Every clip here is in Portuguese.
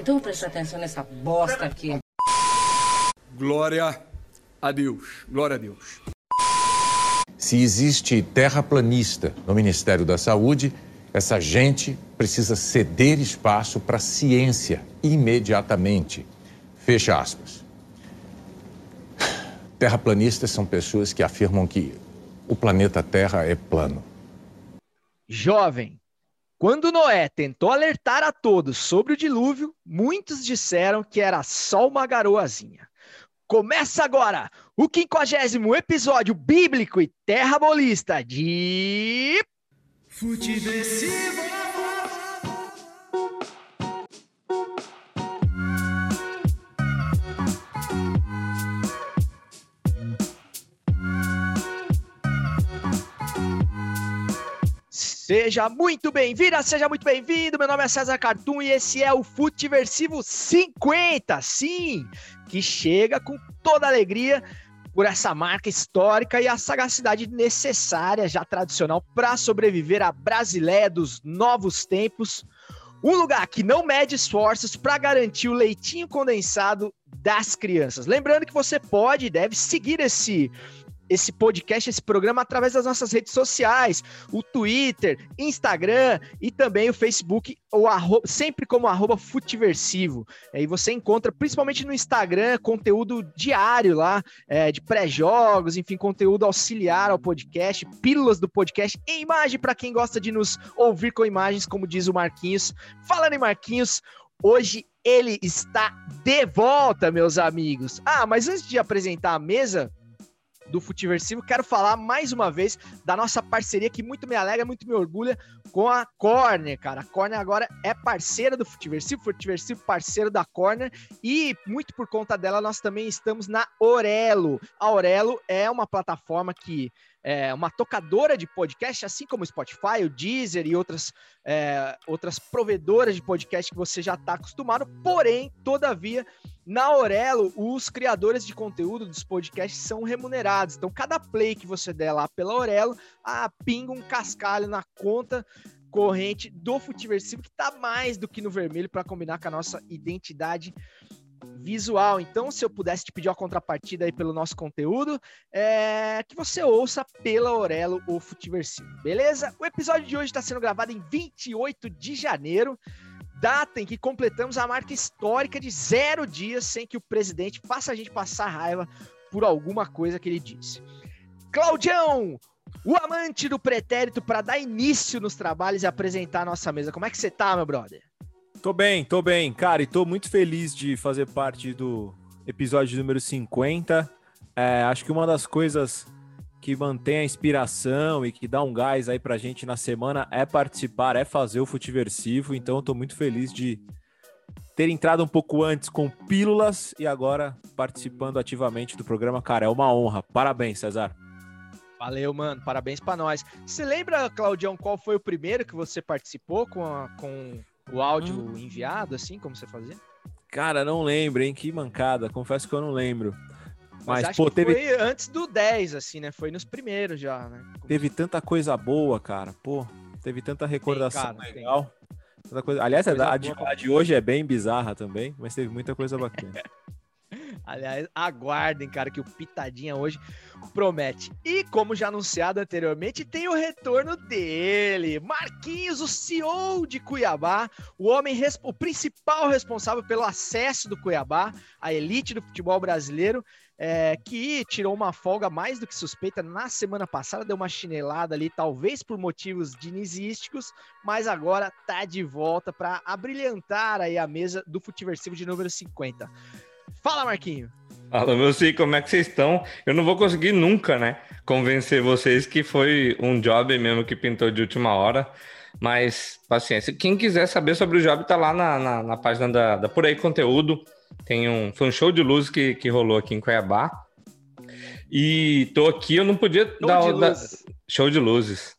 Então presta atenção nessa bosta aqui. Glória a Deus. Glória a Deus. Se existe terraplanista no Ministério da Saúde, essa gente precisa ceder espaço para a ciência imediatamente. Fecha aspas. Terraplanistas são pessoas que afirmam que o planeta Terra é plano. Jovem, quando Noé tentou alertar a todos sobre o dilúvio, muitos disseram que era só uma garoazinha. Começa agora o 50º episódio bíblico e terrabolista de... Futiversivo! Seja muito bem-vinda, seja muito bem-vindo. Meu nome é César Cartoon e esse é o Futiversivo 50, sim, que chega com toda a alegria por essa marca histórica e a sagacidade necessária, já tradicional, para sobreviver à Brasileia dos novos tempos. Um lugar que não mede esforços para garantir o leitinho condensado das crianças. Lembrando que você pode e deve seguir esse podcast, esse programa, através das nossas redes sociais, o Twitter, Instagram e também o Facebook, sempre como @Futiversivo. E você encontra, principalmente no Instagram, conteúdo diário lá, de pré-jogos, enfim, conteúdo auxiliar ao podcast, pílulas do podcast em imagem para quem gosta de nos ouvir com imagens, como diz o Marquinhos. Falando em Marquinhos, hoje ele está de volta, meus amigos. Mas antes de apresentar a mesa do Futiversivo, quero falar mais uma vez da nossa parceria que muito me alegra, muito me orgulha com a Corner, cara. A Corner agora é parceira do Futiversivo, Futiversivo parceiro da Corner e muito por conta dela nós também estamos na Orelo. A Orelo é uma plataforma que é uma tocadora de podcast, assim como o Spotify, o Deezer e outras provedoras de podcast que você já está acostumado, porém, todavia, na Orelo, os criadores de conteúdo dos podcasts são remunerados. Então, cada play que você der lá pela Orelo, pinga um cascalho na conta corrente do Futiversivo, que está mais do que no vermelho para combinar com a nossa identidade visual. Então, se eu pudesse te pedir uma contrapartida aí pelo nosso conteúdo, que você ouça pela Orelo o Futiversivo, beleza? O episódio de hoje está sendo gravado em 28 de janeiro, data em que completamos a marca histórica de 0 dias sem que o presidente faça a gente passar raiva por alguma coisa que ele disse. Claudião, o amante do pretérito, para dar início nos trabalhos e apresentar a nossa mesa. Como é que você tá, meu brother? Tô bem, cara, e tô muito feliz de fazer parte do episódio número 50. Acho que uma das coisas que mantém a inspiração e que dá um gás aí pra gente na semana é participar, é fazer o Futiversivo, então eu tô muito feliz de ter entrado um pouco antes com pílulas e agora participando ativamente do programa. Cara, é uma honra. Parabéns, César. Valeu, mano, parabéns pra nós. Você lembra, Claudião, qual foi o primeiro que você participou com o áudio enviado, assim, como você fazia? Cara, não lembro, hein? Que mancada. Confesso que eu não lembro. Mas acho que foi antes do 10, assim, né? Foi nos primeiros já, né? Teve tanta coisa boa, cara. Teve tanta recordação legal. Tanta coisa... Aliás, a de hoje é bem bizarra também, mas teve muita coisa bacana. Aliás, aguardem, cara, que o Pitadinha hoje promete. E como já anunciado anteriormente, tem o retorno dele, Marquinhos, o CEO de Cuiabá, o principal responsável pelo acesso do Cuiabá à elite do futebol brasileiro, que tirou uma folga mais do que suspeita na semana passada, deu uma chinelada ali, talvez por motivos dinizísticos, mas agora tá de volta para abrilhantar aí a mesa do Futiversivo de número 50. Fala, Marquinho. Fala, meu filho, como é que vocês estão? Eu não vou conseguir nunca, né, convencer vocês que foi um job mesmo que pintou de última hora, mas paciência. Quem quiser saber sobre o job tá lá na página da Por Aí Conteúdo. Foi um show de luz que rolou aqui em Cuiabá. E tô aqui, eu não podia show de luzes.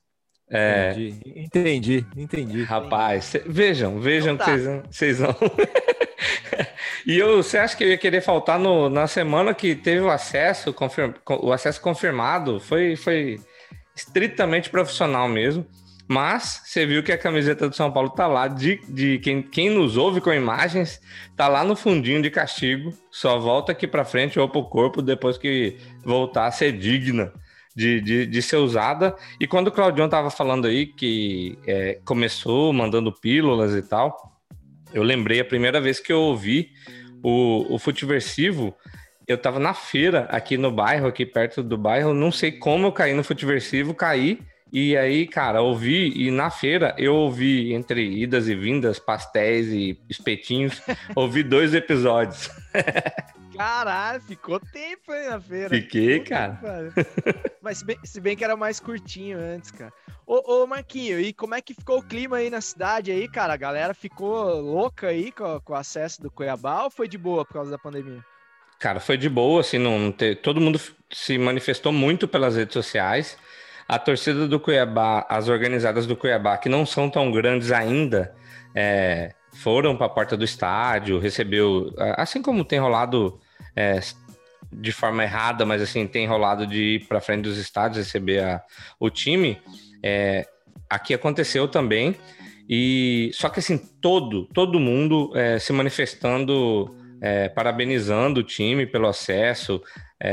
Entendi. Rapaz, vejam então que vocês vão... E você acha que eu ia querer faltar na semana que teve o acesso confirmado? Foi estritamente profissional mesmo. Mas você viu que a camiseta do São Paulo tá lá, quem nos ouve com imagens, tá lá no fundinho de castigo, só volta aqui pra frente ou pro corpo depois que voltar a ser digna de ser usada. E quando o Claudião tava falando aí que começou mandando pílulas e tal, eu lembrei a primeira vez que eu ouvi o Futiversivo. Eu tava na feira aqui no bairro, aqui perto do bairro, não sei como eu caí no Futiversivo, caí. E aí, cara, e na feira eu ouvi, entre idas e vindas, pastéis e espetinhos, ouvi 2 episódios. Caralho, ficou tempo aí na feira. Fiquei, cara. Mas se bem que era mais curtinho antes, cara. Ô Marquinho, e como é que ficou o clima aí na cidade aí, cara? A galera ficou louca aí com o acesso do Cuiabá ou foi de boa por causa da pandemia? Cara, foi de boa, assim, todo mundo se manifestou muito pelas redes sociais. A torcida do Cuiabá, as organizadas do Cuiabá, que não são tão grandes ainda, foram para a porta do estádio, recebeu, assim como tem rolado de forma errada, mas assim, tem rolado de ir para frente dos estádios, receber o time, aqui aconteceu também, e só que assim, todo mundo se manifestando, parabenizando o time pelo acesso.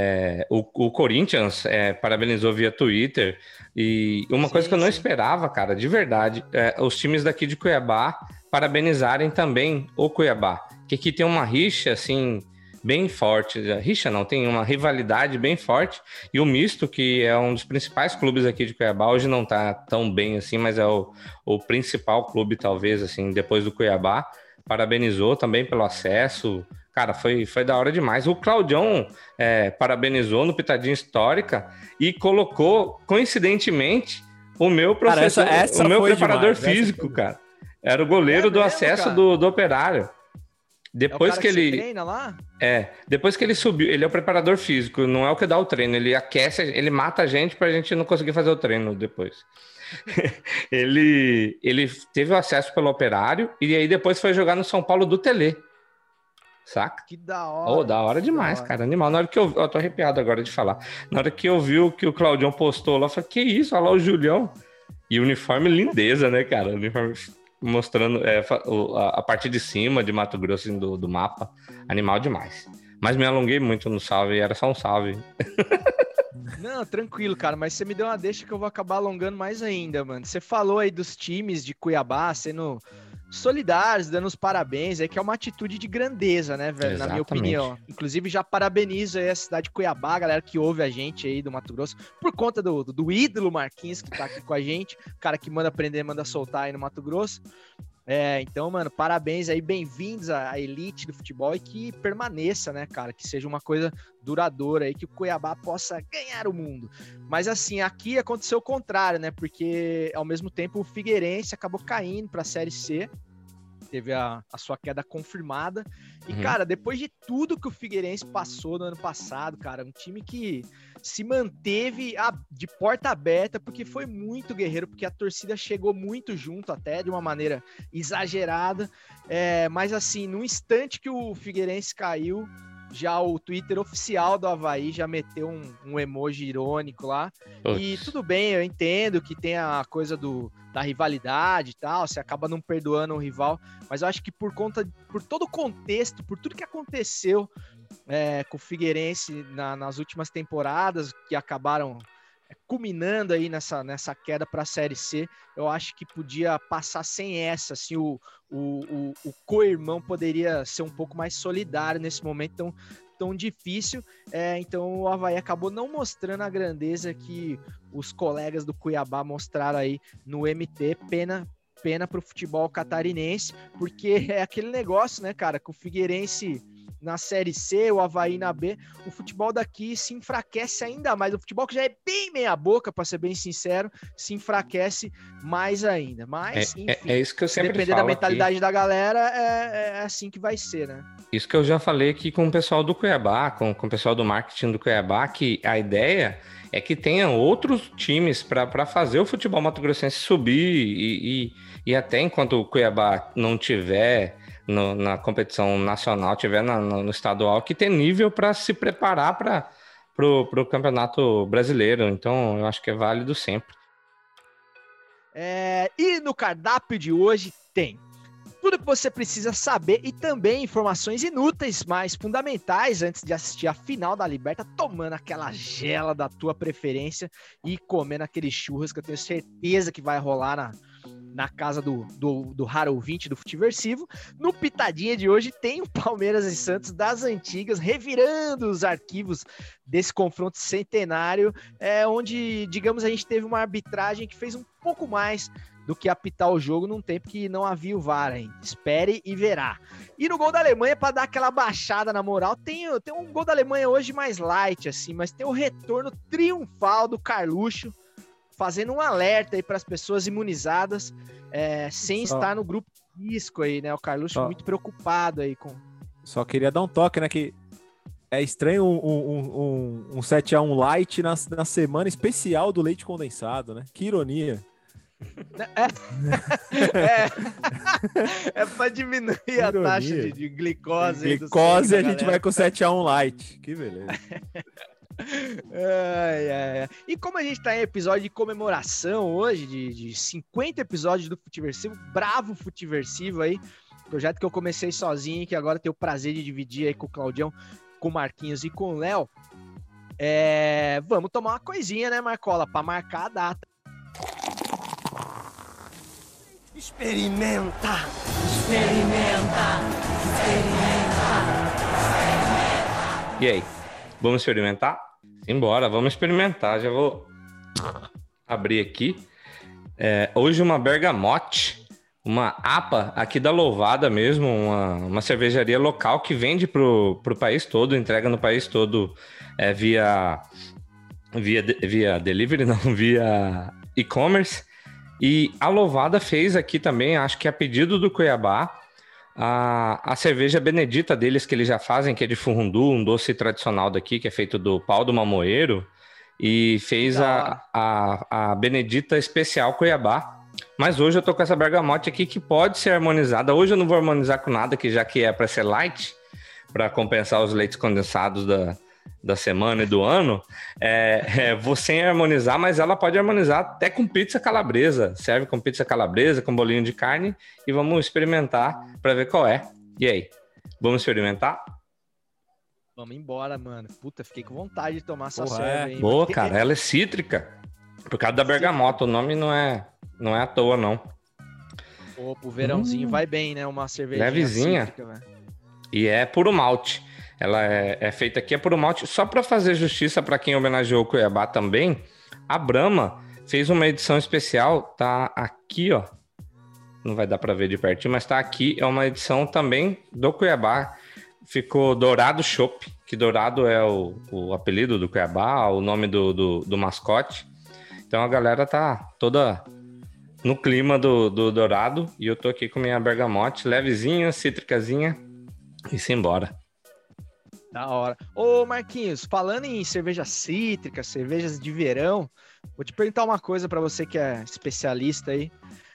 O Corinthians parabenizou via Twitter, e uma coisa que eu não esperava, cara, de verdade, os times daqui de Cuiabá parabenizarem também o Cuiabá, que aqui tem uma rixa, assim, bem forte, rixa não, tem uma rivalidade bem forte, e o Misto, que é um dos principais clubes aqui de Cuiabá, hoje não tá tão bem assim, mas é o principal clube, talvez, assim, depois do Cuiabá, parabenizou também pelo acesso. Cara, foi da hora demais. O Claudião parabenizou no Pitadinha Histórica e colocou, coincidentemente, o meu professor, cara, essa o meu foi preparador demais, físico, cara. Era o goleiro do mesmo, acesso cara? do Operário. Depois é o cara que ele você treina lá? Depois que ele subiu, ele é o preparador físico, não é o que dá o treino, ele aquece, ele mata a gente pra gente não conseguir fazer o treino depois. ele teve o acesso pelo Operário e aí depois foi jogar no São Paulo do Telê. Saca? Que da hora. Da hora demais, cara. Animal. Na hora que eu tô arrepiado agora de falar. Na hora que eu vi o que o Claudião postou lá, eu falei, que isso? Olha lá o Julião. E o uniforme lindeza, né, cara? O uniforme mostrando a parte de cima de Mato Grosso assim, do mapa. Animal demais. Mas me alonguei muito no salve, era só um salve. Não, tranquilo, cara, mas você me deu uma deixa que eu vou acabar alongando mais ainda, mano. Você falou aí dos times de Cuiabá sendo solidários, dando os parabéns, que é uma atitude de grandeza, né, velho? Exatamente. Na minha opinião. Inclusive, já parabenizo aí a cidade de Cuiabá, a galera que ouve a gente aí do Mato Grosso, por conta do ídolo Marquinhos, que tá aqui com a gente, o cara que manda aprender, manda soltar aí no Mato Grosso. Então, mano, parabéns aí, bem-vindos à elite do futebol e que permaneça, né, cara, que seja uma coisa duradoura aí, que o Cuiabá possa ganhar o mundo. Mas assim, aqui aconteceu o contrário, né, porque ao mesmo tempo o Figueirense acabou caindo para a Série C, teve a sua queda confirmada. E, cara, depois de tudo que o Figueirense passou no ano passado, cara, um time que se manteve de porta aberta, porque foi muito guerreiro, porque a torcida chegou muito junto, até de uma maneira exagerada. Mas, assim, no instante que o Figueirense caiu, já o Twitter oficial do Avaí já meteu um emoji irônico lá. Putz. E tudo bem, eu entendo que tem a coisa da rivalidade e tal, você acaba não perdoando o rival, mas eu acho que por todo o contexto, por tudo que aconteceu com o Figueirense nas últimas temporadas, que acabaram culminando aí nessa queda para a Série C, eu acho que podia passar sem essa, assim, o co-irmão poderia ser um pouco mais solidário nesse momento tão difícil, então o Avaí acabou não mostrando a grandeza que os colegas do Cuiabá mostraram aí no MT, pena para o futebol catarinense, porque é aquele negócio, né, cara, que o Figueirense na Série C, o Avaí na B, o futebol daqui se enfraquece ainda mais. O futebol que já é bem meia boca, para ser bem sincero, se enfraquece mais ainda. Mas, enfim, isso que eu sempre depender falo da mentalidade aqui. Da galera, é assim que vai ser, né? Isso que eu já falei aqui com o pessoal do Cuiabá, com o pessoal do marketing do Cuiabá, que a ideia é que tenha outros times para fazer o futebol mato-grossense subir e até enquanto o Cuiabá não tiver na competição nacional, tiver no estadual, que tem nível para se preparar para o campeonato brasileiro. Então, eu acho que é válido sempre. E no cardápio de hoje tem tudo que você precisa saber e também informações inúteis, mas fundamentais antes de assistir a final da Liberta, tomando aquela gela da tua preferência e comendo aquele churras que eu tenho certeza que vai rolar na casa do raro ouvinte do Futiversivo. No Pitadinha de hoje tem o Palmeiras e Santos das antigas, revirando os arquivos desse confronto centenário, onde, digamos, a gente teve uma arbitragem que fez um pouco mais do que apitar o jogo num tempo que não havia o VAR ainda. Espere e verá. E no gol da Alemanha, para dar aquela baixada na moral, tem um gol da Alemanha hoje mais light, assim, mas tem o retorno triunfal do Carluxo, fazendo um alerta aí para as pessoas imunizadas, sem estar no grupo de risco aí, né? O Carluxo muito preocupado aí com... Só queria dar um toque, né? Que é estranho um 7-1 light na semana especial do leite condensado, né? Que ironia. É pra diminuir a taxa de glicose. Glicose a gente vai com 7-1 light. Que beleza. E como a gente tá em episódio de comemoração hoje, de 50 episódios do Futiversivo, bravo Futiversivo aí, projeto que eu comecei sozinho e que agora tenho o prazer de dividir aí com o Claudião, com o Marquinhos e com o Léo. Vamos tomar uma coisinha, né, Marcola, pra marcar a data. Experimenta! E aí, vamos experimentar? Simbora, vamos experimentar. Já vou abrir aqui. Hoje uma bergamote, uma APA aqui da Louvada mesmo, uma cervejaria local que vende pro país todo, entrega no país todo via delivery, não, via e-commerce. E a Louvada fez aqui também, acho que a pedido do Cuiabá, a cerveja Benedita deles, que eles já fazem, que é de furundu, um doce tradicional daqui, que é feito do pau do mamoeiro, e fez a Benedita Especial Cuiabá. Mas hoje eu tô com essa bergamote aqui que pode ser harmonizada. Hoje eu não vou harmonizar com nada, que já que é para ser light, para compensar os leites condensados da semana e do ano, vou sem harmonizar, mas ela pode harmonizar até com pizza calabresa. Serve com pizza calabresa, com bolinho de carne, e vamos experimentar para ver qual é. E aí, vamos experimentar? Vamos embora, mano. Puta, fiquei com vontade de tomar essa cerveja aí. Boa, cara, ela é cítrica, por causa da bergamota. O nome não é à toa, não. Pô, pro verãozinho vai bem, né? Uma cerveja levezinha. Cítrica, velho. E é puro malte. Ela é feita aqui, é puro malte. Só para fazer justiça para quem homenageou o Cuiabá também, a Brahma fez uma edição especial, tá aqui, ó. Não vai dar para ver de pertinho, mas tá aqui. É uma edição também do Cuiabá. Ficou Dourado Chopp, que Dourado é o apelido do Cuiabá, o nome do mascote. Então a galera tá toda no clima do Dourado. E eu tô aqui com minha bergamote, levezinha, cítricazinha. E simbora. Da hora. Ô Marquinhos, falando em cerveja cítrica, cervejas de verão, vou te perguntar uma coisa para você que é especialista aí.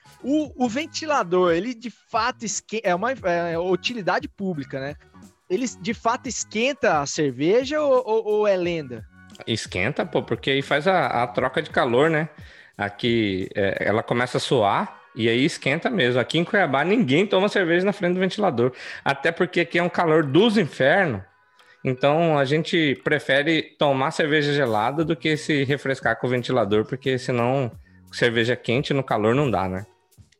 O ventilador, ele de fato é uma utilidade pública, né? Ele de fato esquenta a cerveja ou é lenda? Esquenta, pô, porque aí faz a troca de calor, né? Aqui ela começa a suar e aí esquenta mesmo. Aqui em Cuiabá ninguém toma cerveja na frente do ventilador. Até porque aqui é um calor dos infernos. Então a gente prefere tomar cerveja gelada do que se refrescar com o ventilador, porque senão cerveja quente no calor não dá, né?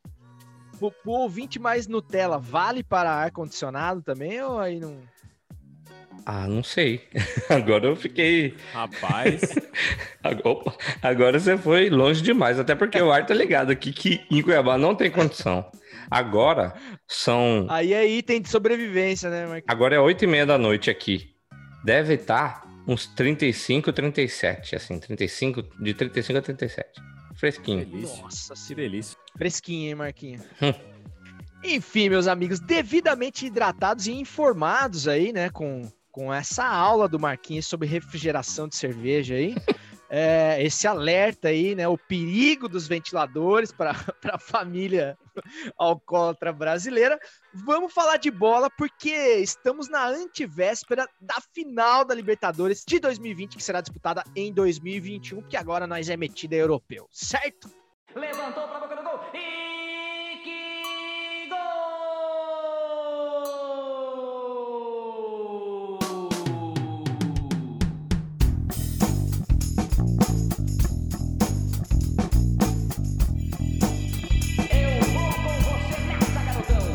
O ouvinte mais Nutella vale para ar-condicionado também ou aí não? Ah, não sei. Agora eu fiquei... Rapaz... Opa, agora você foi longe demais, até porque o ar tá ligado aqui que em Cuiabá não tem condição. Agora são... Aí é item de sobrevivência, né, Marquinhos? Agora é 8h30 da noite aqui. Deve estar uns 35, 37, assim, de 35 a 37. Fresquinho. Delícia. Nossa, que delícia. Fresquinho, hein, Marquinhos? Enfim, meus amigos, devidamente hidratados e informados aí, né, com essa aula do Marquinhos sobre refrigeração de cerveja aí, esse alerta aí, né, o perigo dos ventiladores para a família alcoólatra brasileira. Vamos falar de bola porque estamos na antivéspera da final da Libertadores de 2020, que será disputada em 2021, porque agora nós é metido europeu, certo? Levantou para a boca do e que gol! Eu vou com você nessa, garotão!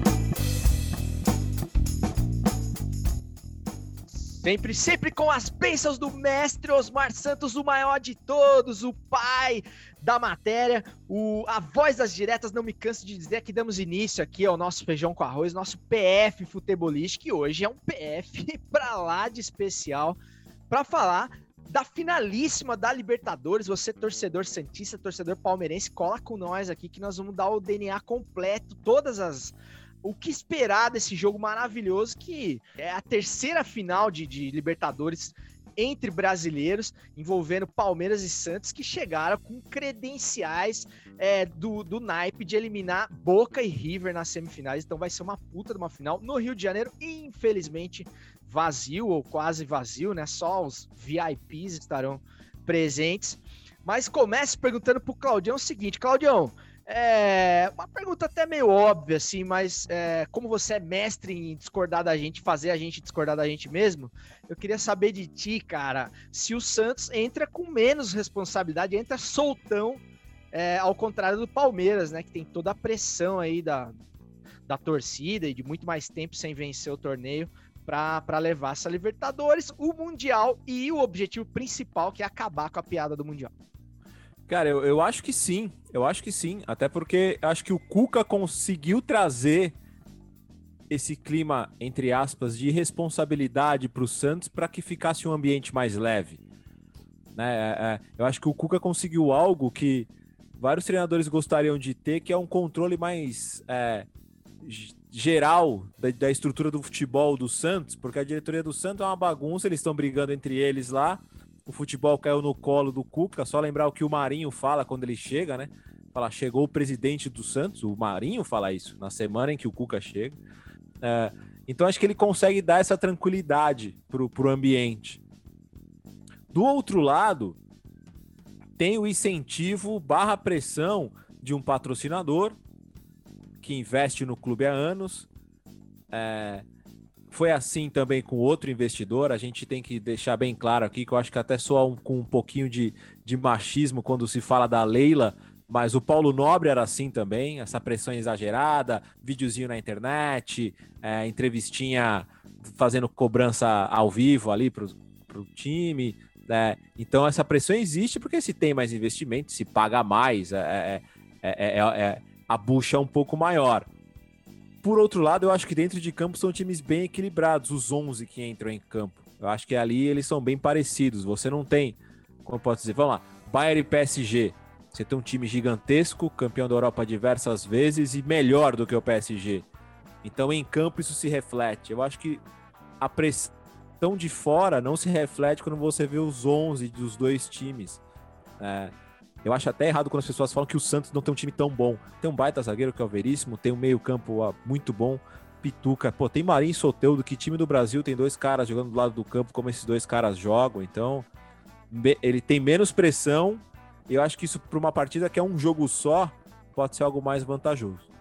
Sempre com as bênçãos do mestre Osmar Santos, o maior de todos, o pai da matéria, a voz das diretas. Não me canso de dizer que damos início aqui ao nosso feijão com arroz, nosso PF futebolístico, que hoje é um PF pra lá de especial, para falar da finalíssima da Libertadores. Você, torcedor santista, torcedor palmeirense, cola com nós aqui que nós vamos dar o DNA completo, o que esperar desse jogo maravilhoso, que é a terceira final de Libertadores entre brasileiros, envolvendo Palmeiras e Santos, que chegaram com credenciais do naipe de eliminar Boca e River nas semifinais. Então vai ser uma puta de uma final no Rio de Janeiro, infelizmente vazio ou quase vazio, né? Só os VIPs estarão presentes. Mas comece perguntando pro Claudião o seguinte: Claudião, uma pergunta até meio óbvia, assim, mas como você é mestre em discordar da gente, fazer a gente discordar da gente mesmo, eu queria saber de ti, cara, se o Santos entra com menos responsabilidade, entra soltão, ao contrário do Palmeiras, né, que tem toda a pressão aí da torcida e de muito mais tempo sem vencer o torneio para levar essa Libertadores, o Mundial e o objetivo principal, que é acabar com a piada do Mundial. Cara, eu acho que sim, até porque acho que o Cuca conseguiu trazer esse clima, entre aspas, de responsabilidade para o Santos para que ficasse um ambiente mais leve, né? Eu acho que o Cuca conseguiu algo que vários treinadores gostariam de ter, que é um controle mais geral da estrutura do futebol do Santos, porque a diretoria do Santos é uma bagunça, eles estão brigando entre eles lá. O futebol caiu no colo do Cuca, só lembrar o que o Marinho fala quando ele chega, né? Fala, chegou o presidente do Santos, o Marinho fala isso, na semana em que o Cuca chega. Então acho que ele consegue dar essa tranquilidade pro ambiente. Do outro lado, tem o incentivo / pressão de um patrocinador que investe no clube há anos. Foi assim também com outro investidor. A gente tem que deixar bem claro aqui que eu acho que até soa com um pouquinho de machismo quando se fala da Leila, mas o Paulo Nobre era assim também, essa pressão exagerada, videozinho na internet, entrevistinha fazendo cobrança ao vivo ali pro time, né? Então essa pressão existe porque se tem mais investimento, se paga mais, a bucha é um pouco maior. Por outro lado, eu acho que dentro de campo são times bem equilibrados, os 11 que entram em campo. Eu acho que ali eles são bem parecidos. Você não tem, como eu posso dizer, vamos lá, Bayern e PSG. Você tem um time gigantesco, campeão da Europa diversas vezes e melhor do que o PSG. Então, em campo, isso se reflete. Eu acho que a pressão de fora não se reflete quando você vê os 11 dos dois times. Eu acho até errado quando as pessoas falam que o Santos não tem um time tão bom. Tem um baita zagueiro que é o Veríssimo, tem um meio-campo muito bom, Pituca. Pô, tem Marinho e Soteldo, que time do Brasil tem dois caras jogando do lado do campo como esses dois caras jogam. Então, ele tem menos pressão. E eu acho que isso, para uma partida que é um jogo só, pode ser algo mais vantajoso.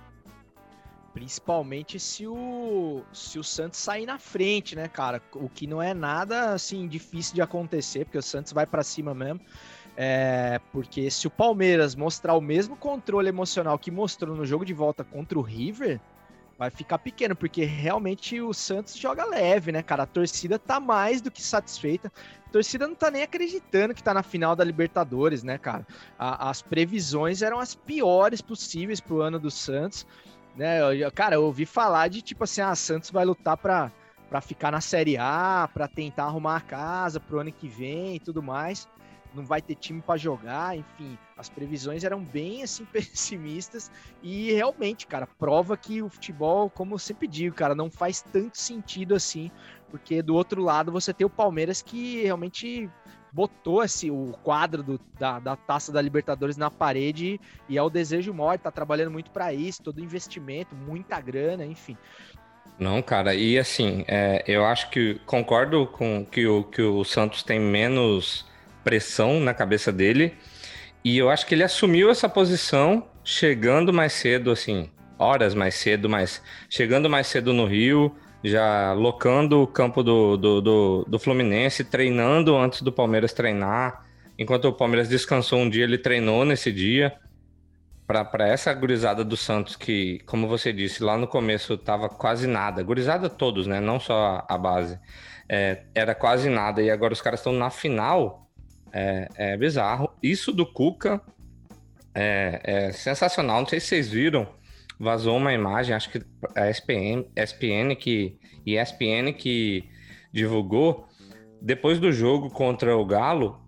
Principalmente se o Santos sair na frente, né, cara? O que não é nada, assim, difícil de acontecer, porque o Santos vai para cima mesmo. Porque se o Palmeiras mostrar o mesmo controle emocional que mostrou no jogo de volta contra o River, vai ficar pequeno, porque realmente o Santos joga leve, né, cara? A torcida tá mais do que satisfeita. A torcida não tá nem acreditando que tá na final da Libertadores, né, cara? As previsões eram as piores possíveis pro ano do Santos, né? Cara, eu ouvi falar de, tipo assim, Santos vai lutar pra ficar na Série A, pra tentar arrumar a casa pro ano que vem e tudo mais. Não vai ter time para jogar, enfim, as previsões eram bem, assim, pessimistas e realmente, cara, prova que o futebol, como eu sempre digo, cara, não faz tanto sentido assim, porque do outro lado você tem o Palmeiras que realmente botou o quadro da Taça da Libertadores na parede e é o desejo maior, tá trabalhando muito para isso, todo investimento, muita grana, enfim. Não, cara, e assim, eu acho que concordo com que o Santos tem menos pressão na cabeça dele, e eu acho que ele assumiu essa posição chegando mais cedo, assim, horas mais cedo, mas chegando mais cedo no Rio, já locando o campo do Fluminense, treinando antes do Palmeiras treinar. Enquanto o Palmeiras descansou um dia, ele treinou nesse dia. Para essa gurizada do Santos, que, como você disse, lá no começo tava quase nada. Gurizada todos, né? Não só a base. Era quase nada. E agora os caras estão na final. É bizarro. Isso do Cuca é sensacional. Não sei se vocês viram. Vazou uma imagem, acho que a ESPN que divulgou. Depois do jogo contra o Galo,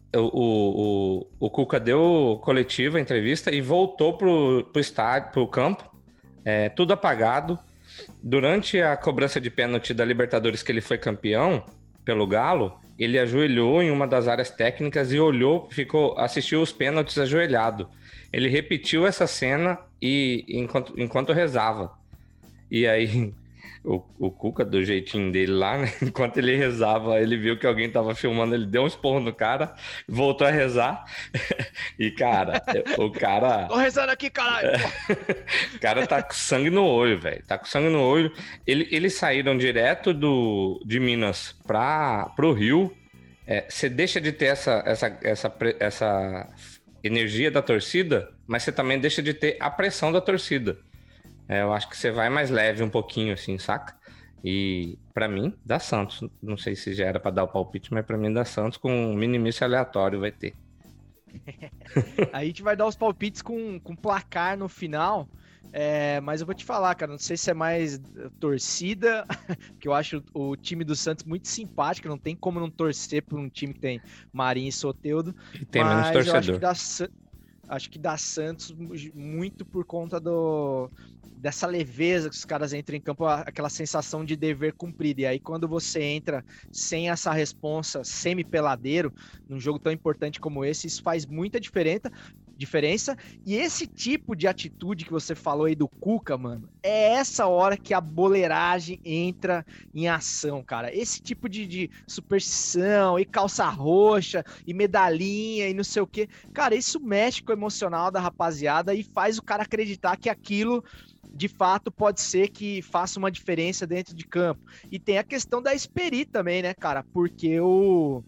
o Cuca deu coletiva, entrevista, e voltou pro estádio, pro campo, tudo apagado. Durante a cobrança de pênalti da Libertadores, que ele foi campeão pelo Galo, ele ajoelhou em uma das áreas técnicas e assistiu os pênaltis ajoelhado. Ele repetiu essa cena enquanto rezava. E aí, o Cuca, do jeitinho dele lá, né? Enquanto ele rezava, ele viu que alguém tava filmando, ele deu um esporro no cara, voltou a rezar. E, cara, o cara... Tô rezando aqui, caralho! O cara tá com sangue no olho, velho. Tá com sangue no olho. Eles saíram direto de Minas pro Rio. Você deixa de ter essa energia da torcida, mas você também deixa de ter a pressão da torcida. Eu acho que você vai mais leve um pouquinho, assim, saca? E, pra mim, dá Santos. Não sei se já era pra dar o palpite, mas pra mim dá Santos com um minimício aleatório vai ter. Aí a gente vai dar os palpites com placar no final. Mas eu vou te falar, cara, não sei se é mais torcida, que eu acho o time do Santos muito simpático, não tem como não torcer por um time que tem Marinho e Soteldo. E tem menos torcedor. Acho que dá Santos muito por conta dessa leveza que os caras entram em campo, aquela sensação de dever cumprido. E aí, quando você entra sem essa responsa semi-peladeiro, num jogo tão importante como esse, isso faz muita diferença. E esse tipo de atitude que você falou aí do Cuca, mano, é essa hora que a boleiragem entra em ação, cara. Esse tipo de superstição e calça roxa e medalhinha e não sei o quê. Cara, isso mexe com o emocional da rapaziada e faz o cara acreditar que aquilo de fato pode ser que faça uma diferença dentro de campo. E tem a questão da Esperi também, né, cara? Porque o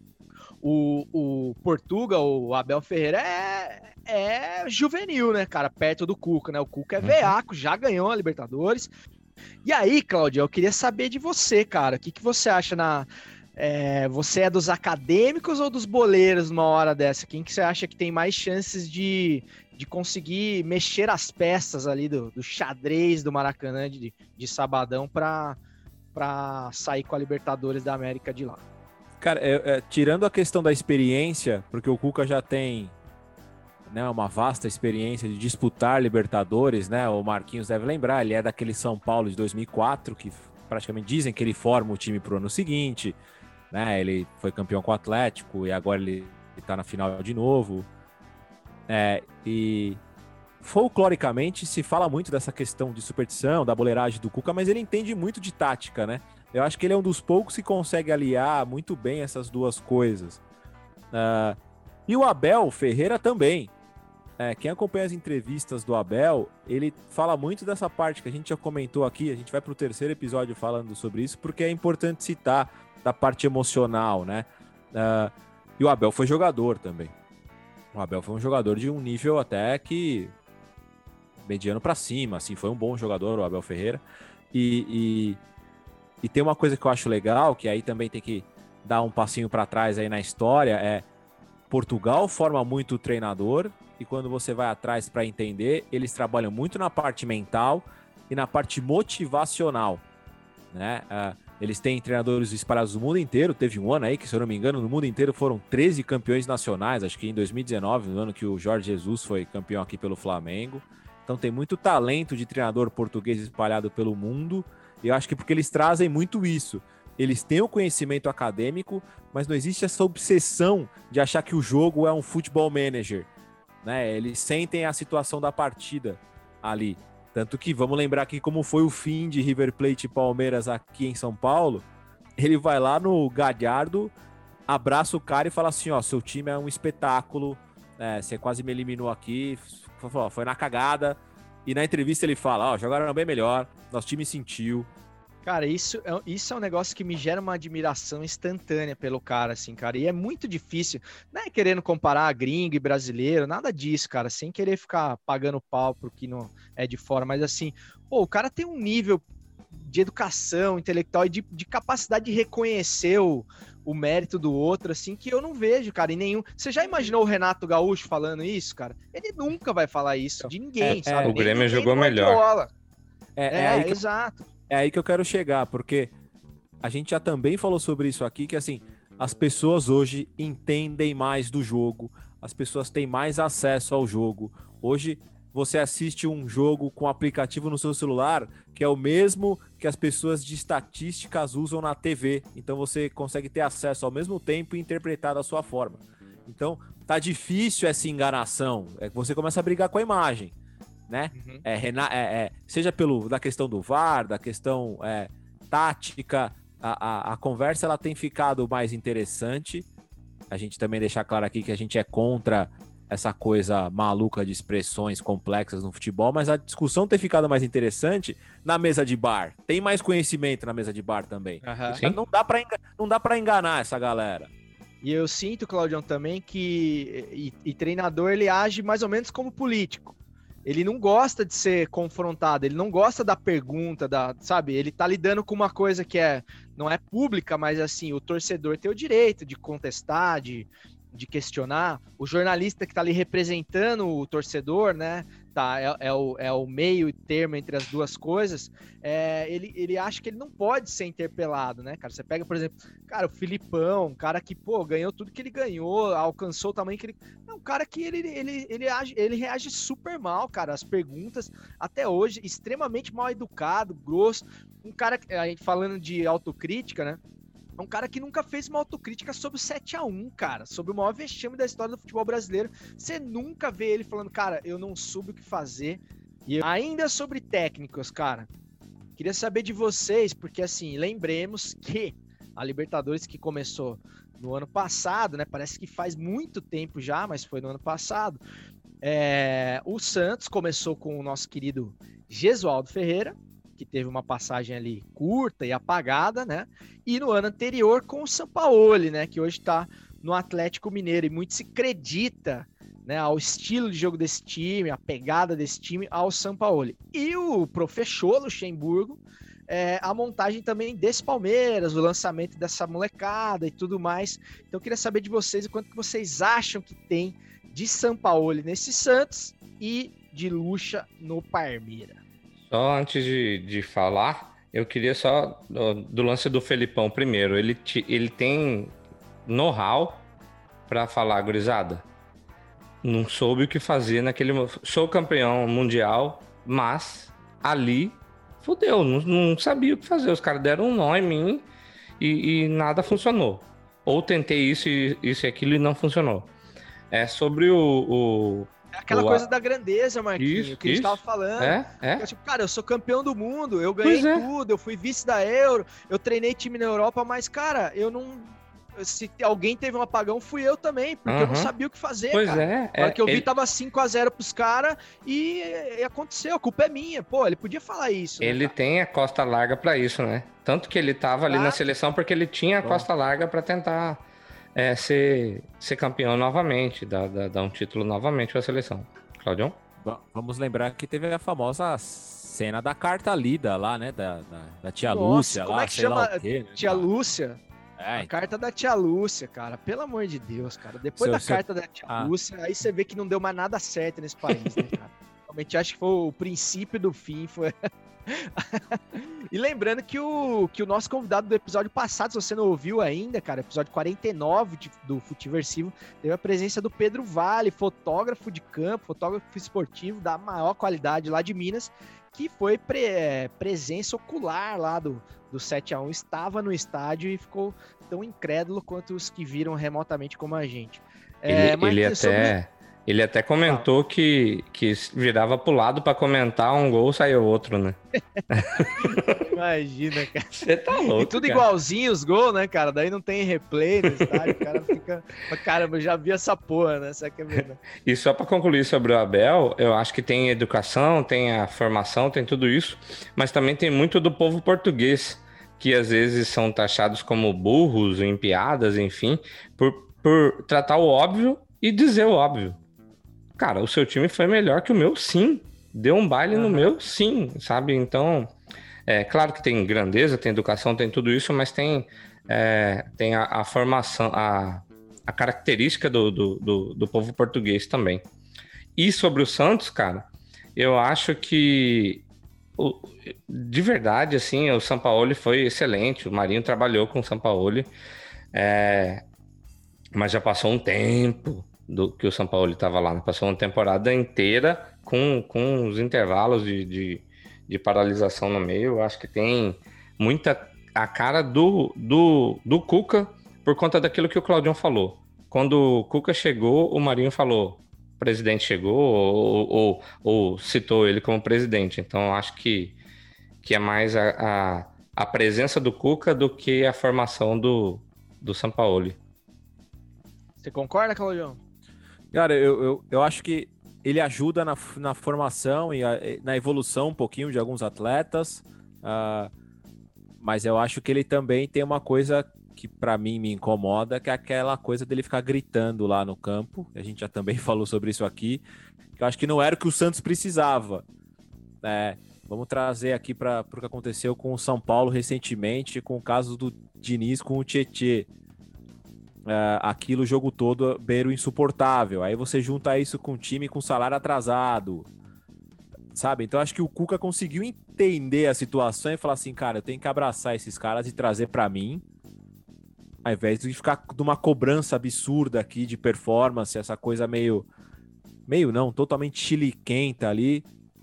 Portugal, o Abel Ferreira é juvenil, né, cara? Perto do Cuca, né? O Cuca é veaco, já ganhou a Libertadores. E aí, Cláudio, eu queria saber de você, cara. O que você acha você é dos acadêmicos ou dos boleiros numa hora dessa? Quem que você acha que tem mais chances de conseguir mexer as peças ali do xadrez do Maracanã de sabadão para sair com a Libertadores da América de lá? Cara, tirando a questão da experiência, porque o Cuca já tem, né, uma vasta experiência de disputar Libertadores, né? O Marquinhos deve lembrar, ele é daquele São Paulo de 2004, que praticamente dizem que ele forma o time pro ano seguinte, né? Ele foi campeão com o Atlético e agora ele tá na final de novo. E folcloricamente se fala muito dessa questão de superstição, da boleiragem do Cuca, mas ele entende muito de tática, né? Eu acho que ele é um dos poucos que consegue aliar muito bem essas duas coisas. E o Abel Ferreira também. Quem acompanha as entrevistas do Abel, ele fala muito dessa parte que a gente já comentou aqui. A gente vai para o terceiro episódio falando sobre isso, porque é importante citar da parte emocional, né? E o Abel foi jogador também. O Abel foi um jogador de um nível até que mediano para cima, assim, foi um bom jogador o Abel Ferreira. E tem uma coisa que eu acho legal, que aí também tem que dar um passinho para trás aí na história, Portugal forma muito o treinador, e quando você vai atrás para entender, eles trabalham muito na parte mental e na parte motivacional, né? Eles têm treinadores espalhados no mundo inteiro. Teve um ano aí que, se eu não me engano, no mundo inteiro foram 13 campeões nacionais, acho que em 2019, no ano que o Jorge Jesus foi campeão aqui pelo Flamengo. Então tem muito talento de treinador português espalhado pelo mundo, e eu acho que porque eles trazem muito isso. Eles têm o conhecimento acadêmico, mas não existe essa obsessão de achar que o jogo é um futebol manager, né? Eles sentem a situação da partida ali. Tanto que, vamos lembrar aqui como foi o fim de River Plate e Palmeiras aqui em São Paulo. Ele vai lá no Gallardo, abraça o cara e fala assim, ó, seu time é um espetáculo, você quase me eliminou aqui, foi na cagada. E na entrevista ele fala, jogaram bem melhor, nosso time sentiu. Cara, isso é um negócio que me gera uma admiração instantânea pelo cara, assim, cara. E é muito difícil, não é querendo comparar gringo e brasileiro, nada disso, cara, sem querer ficar pagando pau pro que não é de fora, mas assim, o cara tem um nível de educação intelectual e de capacidade de reconhecer o mérito do outro, assim, que eu não vejo, cara, em nenhum... Você já imaginou o Renato Gaúcho falando isso, cara? Ele nunca vai falar isso de ninguém, sabe? O Grêmio nem jogou do melhor. Guardiola. Aí exato. É aí que eu quero chegar, porque a gente já também falou sobre isso aqui, que assim, as pessoas hoje entendem mais do jogo, as pessoas têm mais acesso ao jogo. Hoje você assiste um jogo com aplicativo no seu celular, que é o mesmo que as pessoas de estatísticas usam na TV. Então você consegue ter acesso ao mesmo tempo e interpretar da sua forma. Então tá difícil essa enganação, você começa a brigar com a imagem. Né? Uhum. Seja da questão do VAR, da questão tática, a conversa ela tem ficado mais interessante. A gente também deixar claro aqui que a gente é contra essa coisa maluca de expressões complexas no futebol, mas a discussão tem ficado mais interessante na mesa de bar. Tem mais conhecimento na mesa de bar também. Uhum. Não dá para enganar essa galera. E eu sinto, Claudião, também que treinador ele age mais ou menos como político. Ele não gosta de ser confrontado, ele não gosta da pergunta, sabe? Ele tá lidando com uma coisa que não é pública, mas assim, o torcedor tem o direito de contestar, de questionar. O jornalista que tá ali representando o torcedor, né? É o meio termo entre as duas coisas. Ele acha que ele não pode ser interpelado, né, cara? Você pega, por exemplo, cara, o Filipão, um cara que, ganhou tudo que ele ganhou, alcançou o tamanho que ele... É um cara que ele reage super mal, cara. As perguntas, até hoje, extremamente mal educado, grosso. Um cara, falando de autocrítica, né? É um cara que nunca fez uma autocrítica sobre o 7-1, cara. Sobre o maior vexame da história do futebol brasileiro. Você nunca vê ele falando, cara, eu não soube o que fazer. E ainda sobre técnicos, cara. Queria saber de vocês, porque assim, lembremos que a Libertadores que começou no ano passado, né? Parece que faz muito tempo já, mas foi no ano passado. O Santos começou com o nosso querido Gesualdo Ferreira, que teve uma passagem ali curta e apagada, né? E no ano anterior com o Sampaoli, né? Que hoje tá no Atlético Mineiro. E muito se acredita, né, ao estilo de jogo desse time, a pegada desse time, ao Sampaoli. E o professor Luxemburgo, a montagem também desse Palmeiras, o lançamento dessa molecada e tudo mais. Então eu queria saber de vocês o quanto que vocês acham que tem de Sampaoli nesse Santos e de Lucha no Palmeiras. Só antes de falar, eu queria só do lance do Felipão primeiro. Ele tem know-how para falar, gurizada. Não soube o que fazer naquele... Sou campeão mundial, mas ali fudeu, não sabia o que fazer. Os caras deram um nó em mim e nada funcionou. Ou tentei isso e aquilo e não funcionou. Sobre aquela coisa da grandeza, Marquinhos, que a gente tava falando. Tipo, cara, eu sou campeão do mundo, eu ganhei tudo, eu fui vice da Euro, eu treinei time na Europa, mas, cara, eu não... Se alguém teve um apagão, fui eu também, porque eu não sabia o que fazer, cara. Na hora que eu vi, tava 5-0 pros caras e aconteceu, a culpa é minha. Pô, ele podia falar isso. Ele tem a costa larga pra isso, né? Tanto que ele tava ali na seleção porque ele tinha a costa larga pra tentar... ser campeão novamente, dar um título novamente para a seleção. Claudião? Vamos lembrar que teve a famosa cena da carta lida lá, né? Da tia Nossa, Lúcia como lá, é que sei chama? lá o quê, né? Tia Lúcia? A A carta da tia Lúcia, cara. Pelo amor de Deus, cara. Depois da carta da tia Lúcia, aí você vê que não deu mais nada certo nesse país, né, cara? Realmente acho que foi o princípio do fim, foi... E lembrando que o nosso convidado do episódio passado, se você não ouviu ainda, cara, episódio 49 do Futiversivo, teve a presença do Pedro Vale, fotógrafo de campo, fotógrafo esportivo da maior qualidade lá de Minas, que foi presença ocular lá do 7-1, estava no estádio e ficou tão incrédulo quanto os que viram remotamente como a gente. Ele até comentou que virava pro lado pra comentar um gol, saiu outro, né? Imagina, cara. Você tá louco, E tudo cara. igualzinho os gols, né, cara? Daí não tem replay no estádio, o cara fica... Caramba, eu já vi essa porra, né? Isso aqui é verdade. E só para concluir sobre o Abel, eu acho que tem educação, tem a formação, tem tudo isso, mas também tem muito do povo português, que às vezes são taxados como burros, em piadas, enfim, por tratar o óbvio e dizer o óbvio. Cara, o seu time foi melhor que o meu, sim. Deu um baile no meu, sim, sabe? Então, é claro que tem grandeza, tem educação, tem tudo isso, mas tem a formação, a característica do povo português também. E sobre o Santos, cara, eu acho que de verdade, assim, o Sampaoli foi excelente. O Marinho trabalhou com o Sampaoli, mas já passou um tempo do que o Sampaoli estava lá, né? Passou uma temporada inteira com os intervalos de paralisação no meio. Eu acho que tem muita a cara do Cuca por conta daquilo que o Claudião falou. Quando o Cuca chegou, o Marinho falou, o presidente chegou, ou citou ele como presidente. Então, eu acho que é mais a presença do Cuca do que a formação do Sampaoli. Você concorda, Claudião? Cara, eu acho que ele ajuda na formação e na evolução um pouquinho de alguns atletas, mas eu acho que ele também tem uma coisa que para mim me incomoda, que é aquela coisa dele ficar gritando lá no campo. A gente já também falou sobre isso aqui, que eu acho que não era o que o Santos precisava. Vamos trazer aqui para o que aconteceu com o São Paulo recentemente, com o caso do Diniz com o Tietê. Aquilo o jogo todo beira o insuportável. Aí você junta isso com um time com salário atrasado, sabe? Então acho que o Cuca conseguiu entender a situação e falar assim, cara, eu tenho que abraçar esses caras e trazer para mim, ao invés de ficar numa cobrança absurda aqui de performance, essa coisa meio não, totalmente chiliquenta ali,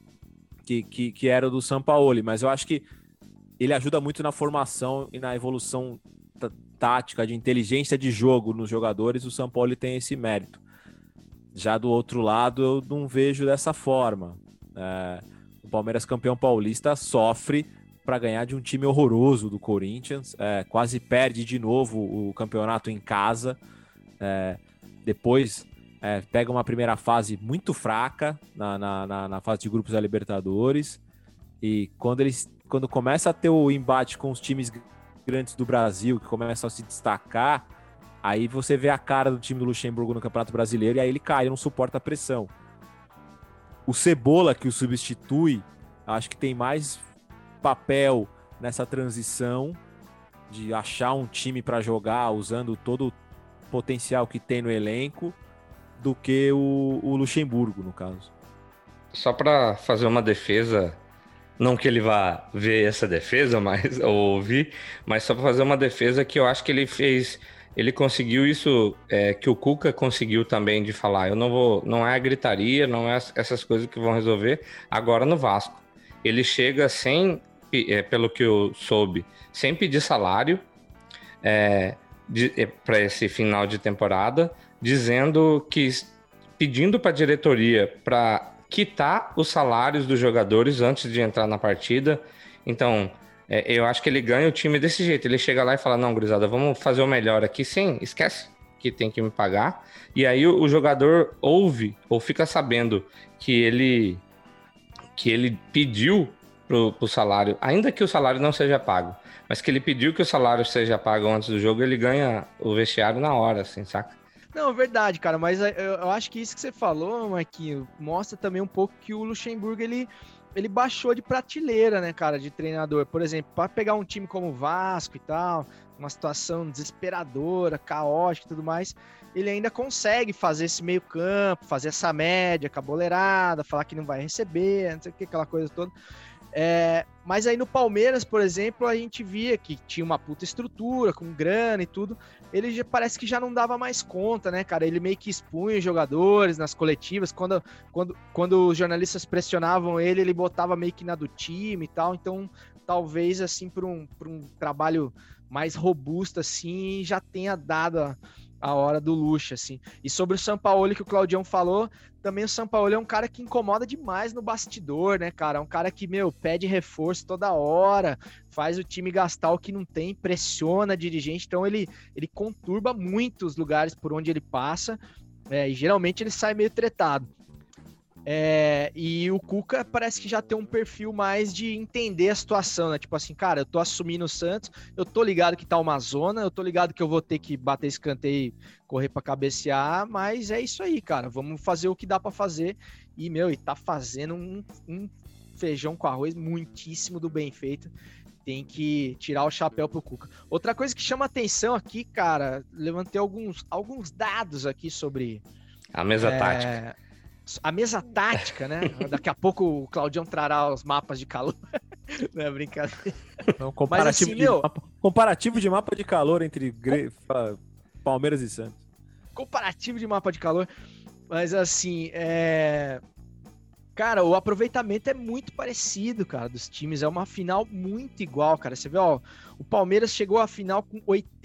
que era do Sampaoli. Mas eu acho que ele ajuda muito na formação e na evolução tática, de inteligência de jogo nos jogadores. O Sampaoli tem esse mérito. Já do outro lado, eu não vejo dessa forma. O Palmeiras, campeão paulista, sofre para ganhar de um time horroroso do Corinthians, quase perde de novo o campeonato em casa, depois pega uma primeira fase muito fraca na fase de grupos da Libertadores, e quando começa a ter o embate com os times grandes do Brasil, que começam a se destacar, aí você vê a cara do time do Luxemburgo no Campeonato Brasileiro, e aí ele cai, não suporta a pressão. O Cebola, que o substitui, acho que tem mais papel nessa transição de achar um time para jogar usando todo o potencial que tem no elenco do que o Luxemburgo, no caso. Só para fazer uma defesa, não que ele vá ver essa defesa, mas ou ouvir, mas só para fazer uma defesa que eu acho que ele conseguiu isso, que o Cuca conseguiu também, de falar, não é a gritaria, não é essas coisas que vão resolver agora no Vasco. Ele chega sem, pelo que eu soube, sem pedir salário para esse final de temporada, pedindo para a diretoria para quitar os salários dos jogadores antes de entrar na partida. Então, eu acho que ele ganha o time desse jeito. Ele chega lá e fala, não, gurizada, vamos fazer o melhor aqui, sim, esquece que tem que me pagar. E aí o jogador ouve ou fica sabendo que ele pediu pro salário, ainda que o salário não seja pago, mas que ele pediu que o salário seja pago antes do jogo, ele ganha o vestiário na hora, assim, saca? Não, é verdade, cara, mas eu acho que isso que você falou, Marquinhos, mostra também um pouco que o Luxemburgo, ele baixou de prateleira, né, cara, de treinador. Por exemplo, para pegar um time como o Vasco e tal, uma situação desesperadora, caótica e tudo mais, ele ainda consegue fazer esse meio campo, fazer essa média com a boleirada, falar que não vai receber, não sei o que, aquela coisa toda. Mas aí no Palmeiras, por exemplo, a gente via que tinha uma puta estrutura, com grana e tudo, ele já parece que já não dava mais conta, né, cara? Ele meio que expunha os jogadores nas coletivas, quando os jornalistas pressionavam ele botava meio que na do time e tal, então talvez assim para um trabalho mais robusto assim, já tenha dado a hora do luxo, assim. E sobre o Sampaoli que o Claudião falou, também o Sampaoli é um cara que incomoda demais no bastidor, né, cara? É um cara que, pede reforço toda hora, faz o time gastar o que não tem, pressiona a dirigente, então ele conturba muito os lugares por onde ele passa, e geralmente ele sai meio tretado. E o Cuca parece que já tem um perfil mais de entender a situação, né? Tipo assim, cara, eu tô assumindo o Santos, eu tô ligado que tá uma zona, eu tô ligado que eu vou ter que bater escanteio e correr pra cabecear, mas é isso aí, cara, vamos fazer o que dá pra fazer. E, e tá fazendo um feijão com arroz muitíssimo do bem feito. Tem que tirar o chapéu pro Cuca. Outra coisa que chama atenção aqui, cara, levantei alguns dados aqui sobre... A mesa tática. A mesa tática, né? Daqui a pouco o Claudião trará os mapas de calor. Não é brincadeira. Então, comparativo de mapa de calor entre Palmeiras e Santos. Comparativo de mapa de calor. Mas assim, cara, o aproveitamento é muito parecido, cara, dos times. É uma final muito igual, cara. Você vê, ó, o Palmeiras chegou à final com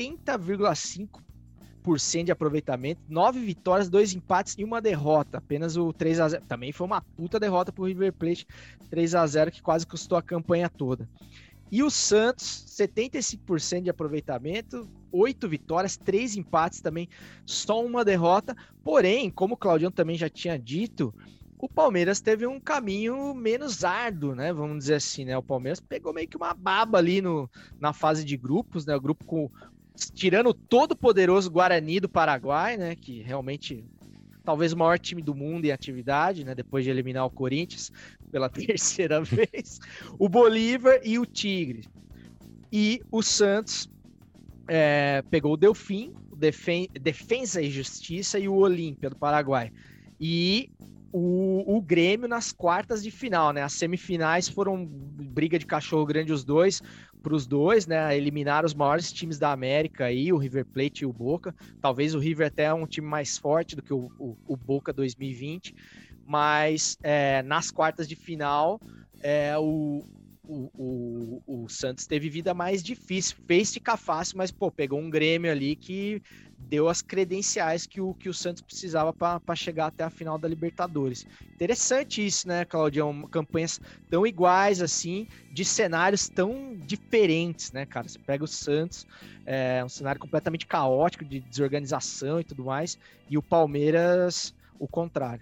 80,5% de aproveitamento, 9 vitórias, 2 empates e 1 derrota, apenas o 3-0, também foi uma puta derrota pro River Plate, 3-0, que quase custou a campanha toda. E o Santos, 75% de aproveitamento, 8 vitórias, 3 empates também, só 1 derrota, porém, como o Claudião também já tinha dito, o Palmeiras teve um caminho menos árduo, né, vamos dizer assim, né, o Palmeiras pegou meio que uma baba ali na fase de grupos, né, o grupo tirando o todo poderoso Guarani do Paraguai, né, que realmente talvez o maior time do mundo em atividade, né, depois de eliminar o Corinthians pela terceira vez, o Bolívar e o Tigre. E o Santos pegou o Delfim, o Defensa e Justiça e o Olímpia do Paraguai. E o Grêmio nas quartas de final, né? As semifinais foram briga de cachorro grande para os dois, né? Eliminaram os maiores times da América aí, o River Plate e o Boca. Talvez o River até é um time mais forte do que o Boca 2020, mas nas quartas de final o Santos teve vida mais difícil, fez ficar fácil, mas pegou um Grêmio ali que deu as credenciais que o Santos precisava para chegar até a final da Libertadores. Interessante isso, né, Claudião? Campanhas tão iguais assim, de cenários tão diferentes, né, cara? Você pega o Santos, um cenário completamente caótico, de desorganização e tudo mais, e o Palmeiras, o contrário.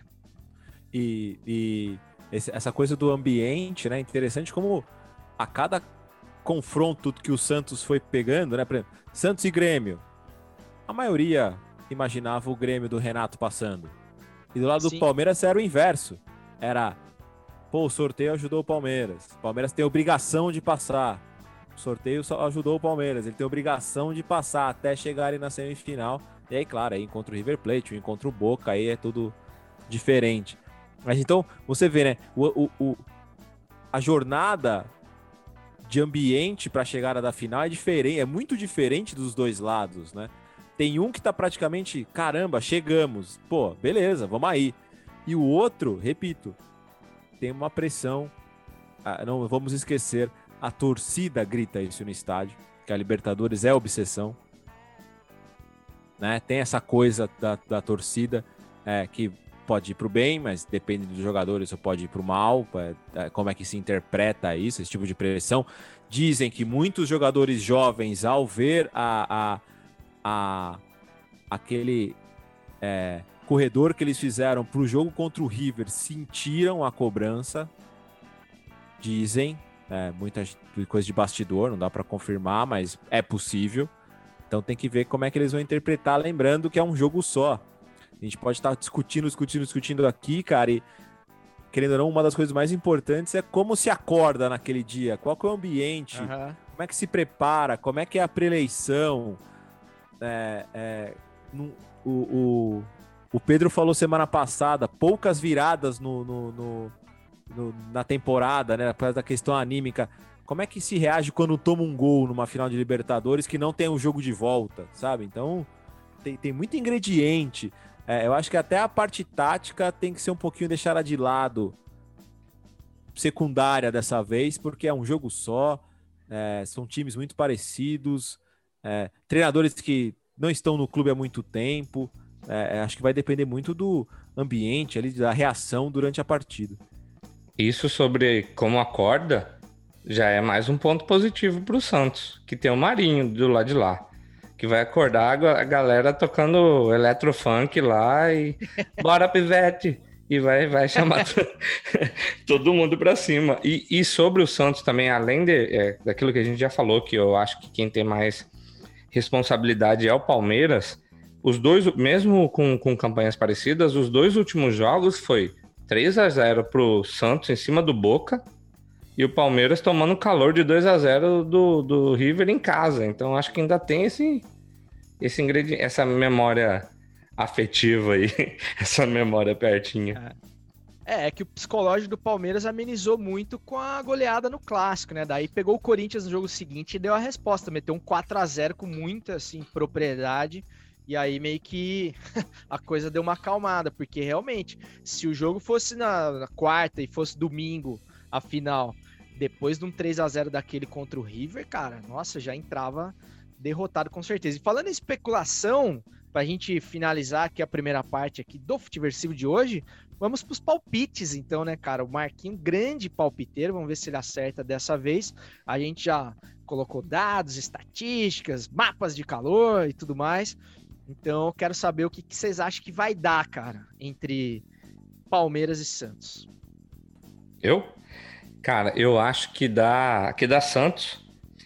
E essa coisa do ambiente, né? Interessante como a cada confronto que o Santos foi pegando, né? Por exemplo, Santos e Grêmio. A maioria imaginava o Grêmio do Renato passando. E do lado do Palmeiras era o inverso. Era, o sorteio ajudou o Palmeiras. O Palmeiras tem obrigação de passar. O sorteio só ajudou o Palmeiras. Ele tem obrigação de passar até chegarem na semifinal. E aí, claro, aí encontra o River Plate, ou encontra o Boca, aí é tudo diferente. Mas então, você vê, né? A jornada de ambiente para a chegada da final é diferente, é muito diferente dos dois lados, né? Tem um que tá praticamente, caramba, chegamos, beleza, vamos aí. E o outro, repito, tem uma pressão, não vamos esquecer, a torcida grita isso no estádio, que a Libertadores é obsessão, né? Tem essa coisa da torcida, que pode ir pro bem, mas depende dos jogadores, ou pode ir pro mal, como é que se interpreta isso, esse tipo de pressão. Dizem que muitos jogadores jovens, ao ver aquele corredor que eles fizeram pro jogo contra o River, sentiram a cobrança, dizem, muita coisa de bastidor, não dá para confirmar, mas é possível. Então tem que ver como é que eles vão interpretar, lembrando que é um jogo só. A gente pode estar discutindo aqui, cara, e querendo ou não, uma das coisas mais importantes é como se acorda naquele dia, qual que é o ambiente, como é que se prepara, como é que é a pré-eleição. O Pedro falou semana passada, poucas viradas na temporada, né, por causa da questão anímica. Como é que se reage quando toma um gol numa final de Libertadores que não tem um jogo de volta, sabe? Então, tem muito ingrediente. Eu acho que até a parte tática tem que ser um pouquinho deixada de lado, secundária dessa vez, porque é um jogo só, são times muito parecidos, treinadores que não estão no clube há muito tempo. Acho que vai depender muito do ambiente ali, da reação durante a partida. Isso sobre como acorda já é mais um ponto positivo para o Santos, que tem o Marinho do lado de lá, que vai acordar a galera tocando eletrofunk lá e bora pivete, e vai chamar todo mundo para cima. E sobre o Santos também, além daquilo que a gente já falou, que eu acho que quem tem mais responsabilidade é o Palmeiras, os dois, mesmo com campanhas parecidas, os dois últimos jogos foi 3-0 pro Santos em cima do Boca e o Palmeiras tomando calor de 2-0 do River em casa. Então acho que ainda tem esse ingrediente, essa memória afetiva aí, essa memória pertinha. É que o psicológico do Palmeiras amenizou muito com a goleada no Clássico, né? Daí pegou o Corinthians no jogo seguinte e deu a resposta, meteu um 4-0 com muita, assim, propriedade. E aí meio que a coisa deu uma acalmada, porque realmente, se o jogo fosse na quarta e fosse domingo, a final, depois de um 3-0 daquele contra o River, cara, nossa, já entrava derrotado com certeza. E falando em especulação, pra gente finalizar aqui a primeira parte aqui do Futiversivo de hoje, vamos pros palpites então, né, cara? O Marquinhos, grande palpiteiro, vamos ver se ele acerta dessa vez. A gente já colocou dados, estatísticas, mapas de calor e tudo mais. Então, eu quero saber o que vocês acham que vai dar, cara, entre Palmeiras e Santos. Eu? Cara, eu acho que dá Santos.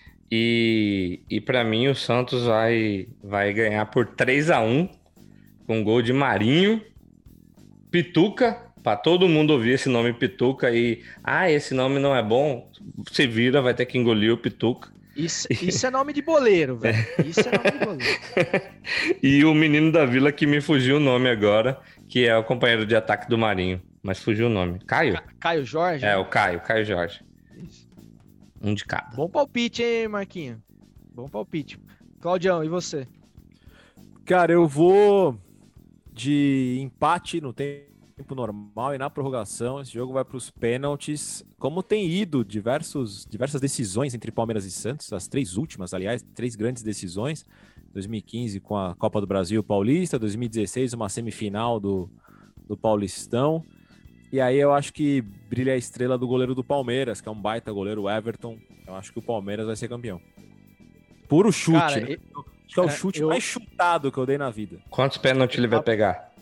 E para mim o Santos vai ganhar por 3-1 com gol de Marinho. Pituca, para todo mundo ouvir esse nome Pituca e... esse nome não é bom. Se vira, vai ter que engolir o Pituca. Isso é nome de boleiro, velho. Isso é nome de boleiro. E o menino da Vila que me fugiu o nome agora, que é o companheiro de ataque do Marinho. Mas fugiu o nome. Caio? Caio Jorge? É, o Caio Jorge. Isso. Um de cada. Bom palpite, hein, Marquinhos? Bom palpite. Claudião, e você? Cara, eu vou de empate no tempo normal e na prorrogação. Esse jogo vai para os pênaltis. Como tem ido diversas decisões entre Palmeiras e Santos, as 3 últimas, aliás, 3 grandes decisões. 2015 com a Copa do Brasil Paulista, 2016 uma semifinal do Paulistão. E aí eu acho que brilha a estrela do goleiro do Palmeiras, que é um baita goleiro, o Everton. Eu acho que o Palmeiras vai ser campeão. Puro chute, cara, né? Acho que é o chute mais chutado que eu dei na vida. Quantos pênaltis ele vai pegar?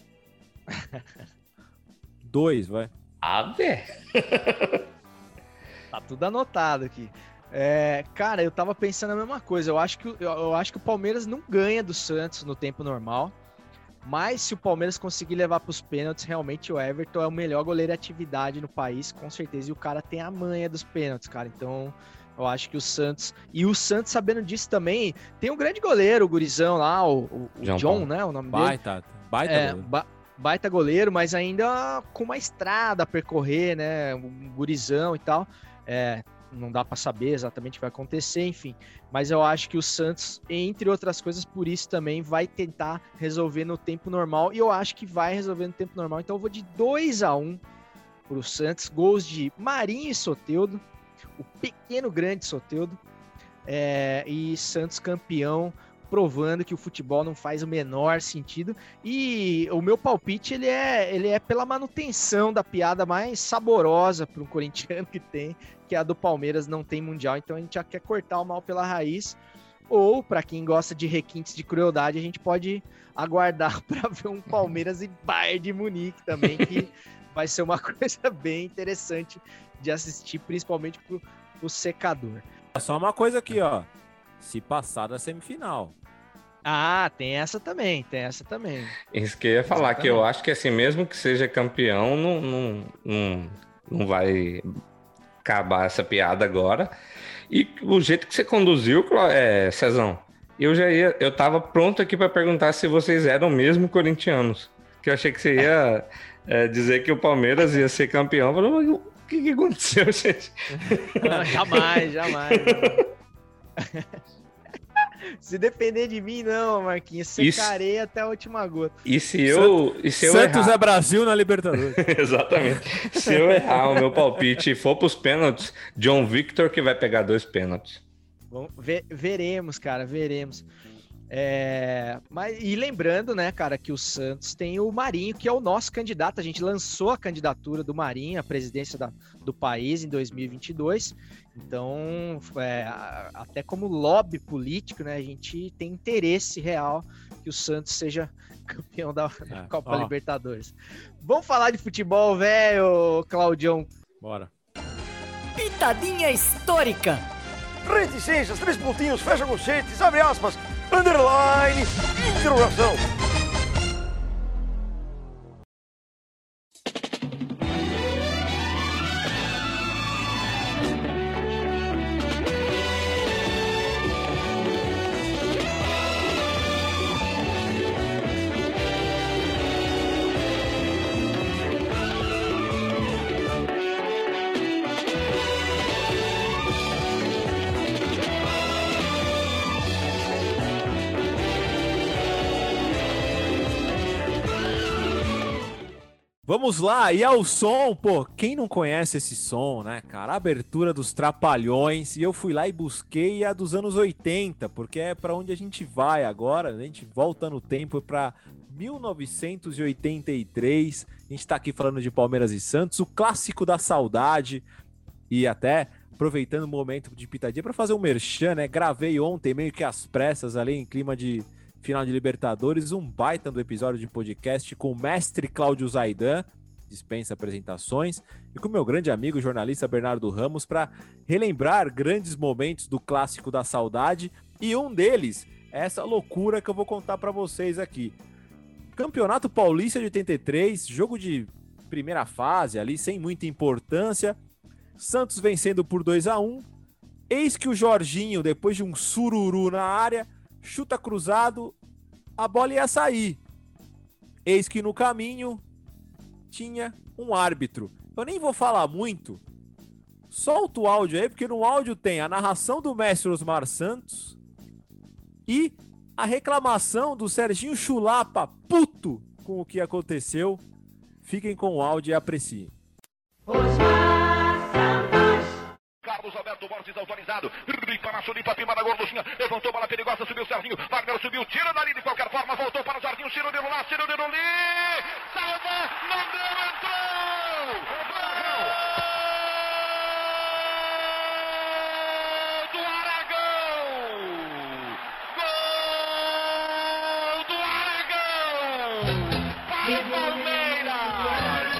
2, vai. Velho. Tá tudo anotado aqui. Cara, eu tava pensando a mesma coisa. Eu acho que o Palmeiras não ganha do Santos no tempo normal. Mas se o Palmeiras conseguir levar para os pênaltis, realmente o Everton é o melhor goleiro de atividade no país, com certeza. E o cara tem a manha dos pênaltis, cara. Então, eu acho que o Santos... E o Santos, sabendo disso também, tem um grande goleiro, o gurizão lá, o John, né? O nome dele. Baita goleiro, mas ainda com uma estrada a percorrer, né? Um gurizão e tal. Não dá para saber exatamente o que vai acontecer, enfim. Mas eu acho que o Santos, entre outras coisas, por isso também vai tentar resolver no tempo normal. E eu acho que vai resolver no tempo normal. Então eu vou de 2-1 pro Santos. Gols de Marinho e Soteldo. O pequeno grande Soteldo. E Santos campeão, provando que o futebol não faz o menor sentido. E o meu palpite, ele é pela manutenção da piada mais saborosa para um corintiano que tem, que é a do Palmeiras não tem mundial. Então a gente já quer cortar o mal pela raiz. Ou, para quem gosta de requintes de crueldade, a gente pode aguardar para ver um Palmeiras e Bayern de Munique também, que vai ser uma coisa bem interessante de assistir, principalmente pro secador. Só uma coisa aqui, ó. Se passar da semifinal. Tem essa também. Isso que eu ia falar, que eu acho que assim, mesmo que seja campeão, não vai acabar essa piada agora. E o jeito que você conduziu, Cezão, eu tava pronto aqui para perguntar se vocês eram mesmo corintianos. Que eu achei que você ia dizer que o Palmeiras ia ser campeão. Eu falei, o que aconteceu, gente? Jamais. Se depender de mim, não, Marquinhos. Secarei até a última gota. Santos errar... é Brasil na Libertadores. Exatamente. Se eu errar o meu palpite e for pros pênaltis, John Victor que vai pegar 2 pênaltis. Bom, veremos, cara, veremos. E lembrando, né, cara, que o Santos tem o Marinho, que é o nosso candidato. A gente lançou a candidatura do Marinho à presidência do país em 2022. Então, até como lobby político, né, a gente tem interesse real que o Santos seja campeão da Copa Libertadores. Vamos falar de futebol, velho, Claudião. Bora. Pitadinha histórica. Reticências, 3 pontinhos, fecha conchetes, abre aspas, underline, interrogação. Vamos lá, e ao som, pô, quem não conhece esse som, né, cara? A abertura dos Trapalhões, e eu fui lá e busquei a dos anos 80, porque é pra onde a gente vai agora, a gente volta no tempo pra 1983, a gente tá aqui falando de Palmeiras e Santos, o clássico da saudade, e até aproveitando o momento de pitadinha pra fazer um merchan, né, gravei ontem meio que às pressas ali em clima de final de Libertadores, um baita do episódio de podcast com o mestre Cláudio Zaidan, dispensa apresentações, e com o meu grande amigo jornalista Bernardo Ramos para relembrar grandes momentos do clássico da saudade, e um deles é essa loucura que eu vou contar para vocês aqui. Campeonato Paulista de 83, jogo de primeira fase ali, sem muita importância, Santos vencendo por 2-1, eis que o Jorginho, depois de um sururu na área, chuta cruzado, a bola ia sair. Eis que no caminho tinha um árbitro. Eu nem vou falar muito. Solta o áudio aí, porque no áudio tem a narração do mestre Osmar Santos e a reclamação do Serginho Chulapa, puto com o que aconteceu. Fiquem com o áudio e apreciem. Carlos Alberto Borges autorizado, limpa, pima na gorduchinha, levantou bola perigosa, subiu o Serginho, Wagner subiu, tira dali de qualquer forma, voltou para o Jardim, tira o dedo lá, salva, não deu, entrou! Gol do Aragão! Gol do Aragão! Para o Palmeiras!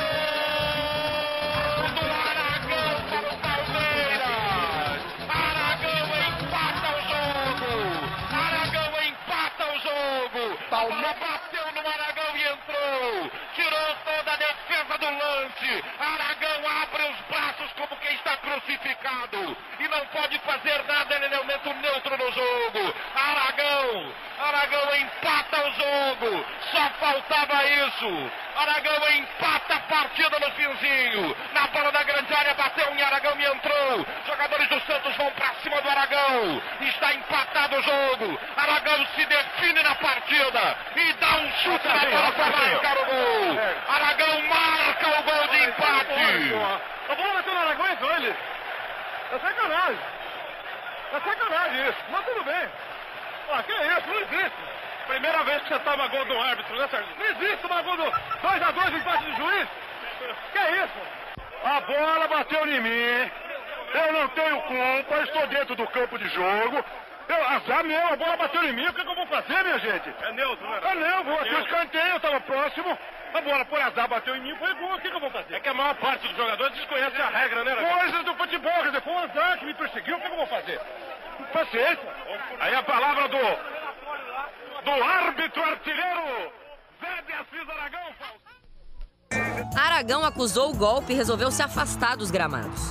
Palma bateu no Aragão e entrou, tirou toda a defesa do lance. Aragão abre os braços como quem está crucificado e não pode fazer nada, ele é elemento neutro no jogo. Aragão empata o jogo, só faltava isso. Aragão empata a partida no finzinho, na bola da grande área, bateu em Aragão e entrou. Jogadores do Santos vão pra cima do Aragão, está empatado o jogo. Aragão se define na partida e dá um chute na bola para marcar o gol. Aragão marca o gol de empate. A bola bateu no Aragão e entrou ele. É sacanagem isso, mas tudo bem. Que isso, não existe. Primeira vez que você toma gol do árbitro, né, Sérgio? Não existe uma gol do 2-2 empate do juiz. Que isso? A bola bateu em mim. Eu não tenho culpa, estou dentro do campo de jogo. Azar meu, a bola bateu em mim, o que eu vou fazer, minha gente? É neutro, né? É neutro, vou aqui o escanteio, eu estava próximo. A bola por azar bateu em mim, foi gol, o que eu vou fazer? É que a maior parte dos jogadores desconhece a regra, né? Coisas do futebol, quer dizer, foi um azar que me perseguiu, o que eu vou fazer? Paciência. Aí a palavra do árbitro artilheiro, Zé de Assis Aragão. Aragão acusou o golpe e resolveu se afastar dos gramados.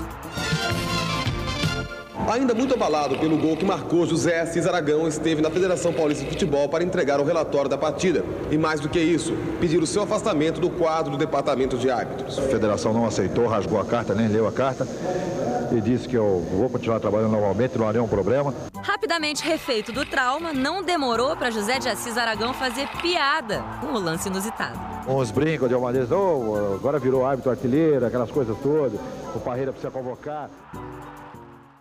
Ainda muito abalado pelo gol que marcou, José Assis Aragão esteve na Federação Paulista de Futebol para entregar o relatório da partida. E mais do que isso, pedir o seu afastamento do quadro do departamento de árbitros. A federação não aceitou, rasgou a carta, nem leu a carta e disse que eu vou continuar trabalhando normalmente, não há nenhum problema. Rapidamente refeito do trauma, não demorou para José de Assis Aragão fazer piada com o lance inusitado. Uns brincam de uma maneira, agora virou árbitro artilheiro, aquelas coisas todas, o Parreira precisa convocar.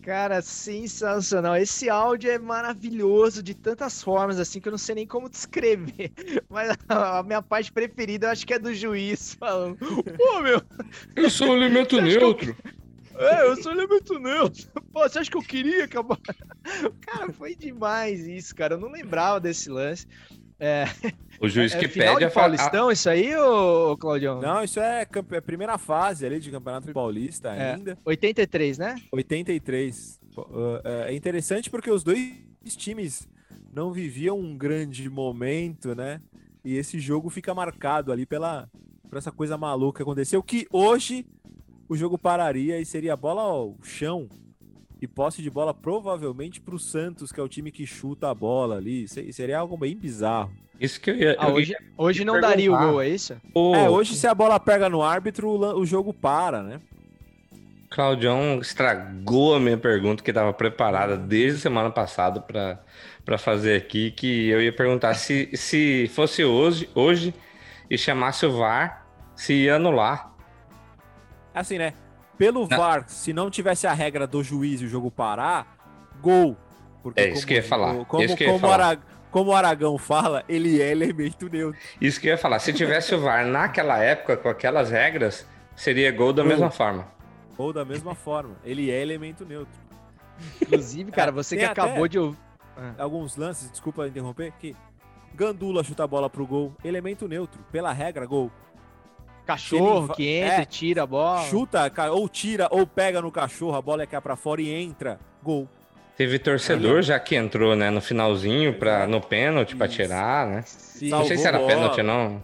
Cara, sensacional. Esse áudio é maravilhoso de tantas formas, assim, que eu não sei nem como descrever. Mas a minha parte preferida, eu acho que é do juiz falando: pô, meu... Eu sou um elemento neutro. Eu sou elemento neutro. Pô, você acha que eu queria acabar? Cara, foi demais isso, cara. Eu não lembrava desse lance. O juiz que final pede de Paulistão, isso aí, ô Claudião? Não, isso é a primeira fase ali de Campeonato Paulista ainda. 83, né? 83. É interessante porque os dois times não viviam um grande momento, né? E esse jogo fica marcado ali por essa coisa maluca que aconteceu, que hoje o jogo pararia e seria bola ao chão e posse de bola provavelmente para o Santos, que é o time que chuta a bola ali. Seria algo bem bizarro. Isso que eu ia... Hoje não daria o gol, é isso? Hoje se a bola pega no árbitro, o jogo para, né? Claudião estragou a minha pergunta que estava preparada desde semana passada para fazer aqui, que eu ia perguntar se fosse hoje e chamasse o VAR, se ia anular. Assim, né? Pelo VAR, se não tivesse a regra do juiz e o jogo parar, gol. Porque isso que eu ia falar. Como o Aragão fala, ele é elemento neutro. Isso que eu ia falar. Se tivesse o VAR naquela época, com aquelas regras, seria gol da mesma forma. Gol da mesma forma. Ele é elemento neutro. Inclusive, cara, você que acabou de ouvir... Alguns lances, desculpa interromper, que Gandula chuta a bola pro gol, elemento neutro. Pela regra, gol. Cachorro que entra e tira a bola. Chuta, ou tira, ou pega no cachorro, a bola é cá pra fora e entra. Gol. Teve torcedor já que entrou, né, no finalzinho, no pênalti pra tirar, né? Não sei se era pênalti, não.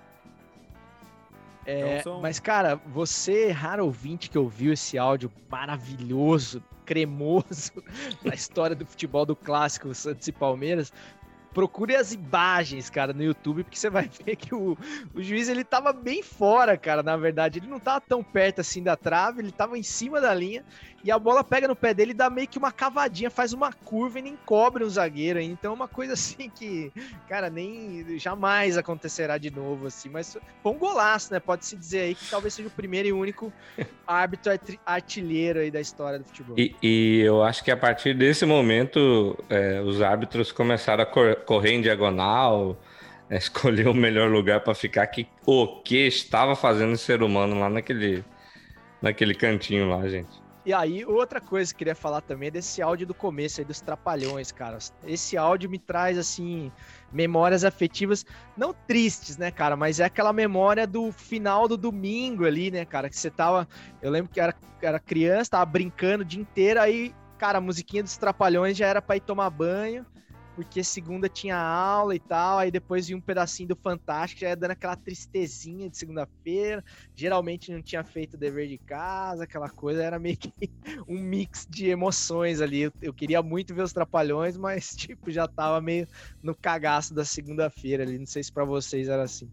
Mas, cara, você, raro ouvinte que ouviu esse áudio maravilhoso, cremoso, da história do futebol do clássico Santos e Palmeiras, procure as imagens, cara, no YouTube, porque você vai ver que o juiz, ele tava bem fora, cara, na verdade. Ele não tava tão perto assim da trave, ele tava em cima da linha, e a bola pega no pé dele e dá meio que uma cavadinha, faz uma curva e nem cobre um zagueiro. Então é uma coisa assim que, cara, nem jamais acontecerá de novo, assim. Mas foi um golaço, né? Pode-se dizer aí que talvez seja o primeiro e único árbitro artilheiro aí da história do futebol. E eu acho que a partir desse momento, os árbitros começaram a correr em diagonal, escolher o melhor lugar para ficar, o que estava fazendo o ser humano lá naquele cantinho lá, gente. E aí, outra coisa que eu queria falar também é desse áudio do começo aí dos Trapalhões, cara. Esse áudio me traz, assim, memórias afetivas, não tristes, né, cara, mas é aquela memória do final do domingo ali, né, cara, que você tava... Eu lembro que era criança, tava brincando o dia inteiro, aí, cara, a musiquinha dos Trapalhões já era pra ir tomar banho, porque segunda tinha aula e tal, aí depois vinha um pedacinho do Fantástico, já ia dando aquela tristezinha de segunda-feira, geralmente não tinha feito o dever de casa, aquela coisa, era meio que um mix de emoções ali. Eu queria muito ver os Trapalhões, mas, tipo, já tava meio no cagaço da segunda-feira ali, não sei se pra vocês era assim.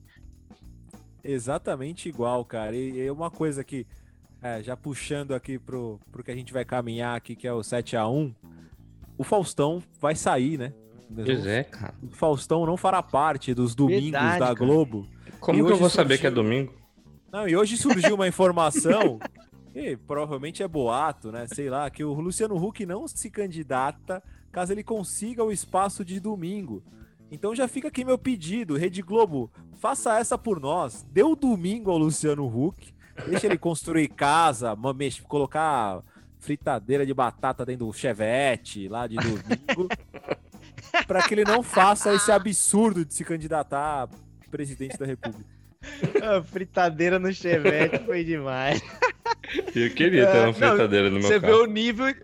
Exatamente igual, cara, e uma coisa que, já puxando aqui pro que a gente vai caminhar aqui, que é o 7-1, o Faustão vai sair, né? Pois é, cara. O Faustão não fará parte dos domingos da cara. Globo. Como que eu vou saber que é domingo? Não, e hoje surgiu uma informação, que provavelmente é boato, né? Sei lá, que o Luciano Huck não se candidata caso ele consiga o espaço de domingo. Então já fica aqui meu pedido, Rede Globo, faça essa por nós. Dê o domingo ao Luciano Huck, deixa ele construir casa, colocar fritadeira de batata dentro do Chevette lá de domingo. Para que ele não faça esse absurdo de se candidatar a presidente da República. A fritadeira no Chevette foi demais. Eu queria ter uma fritadeira no meu carro. Você vê o nível...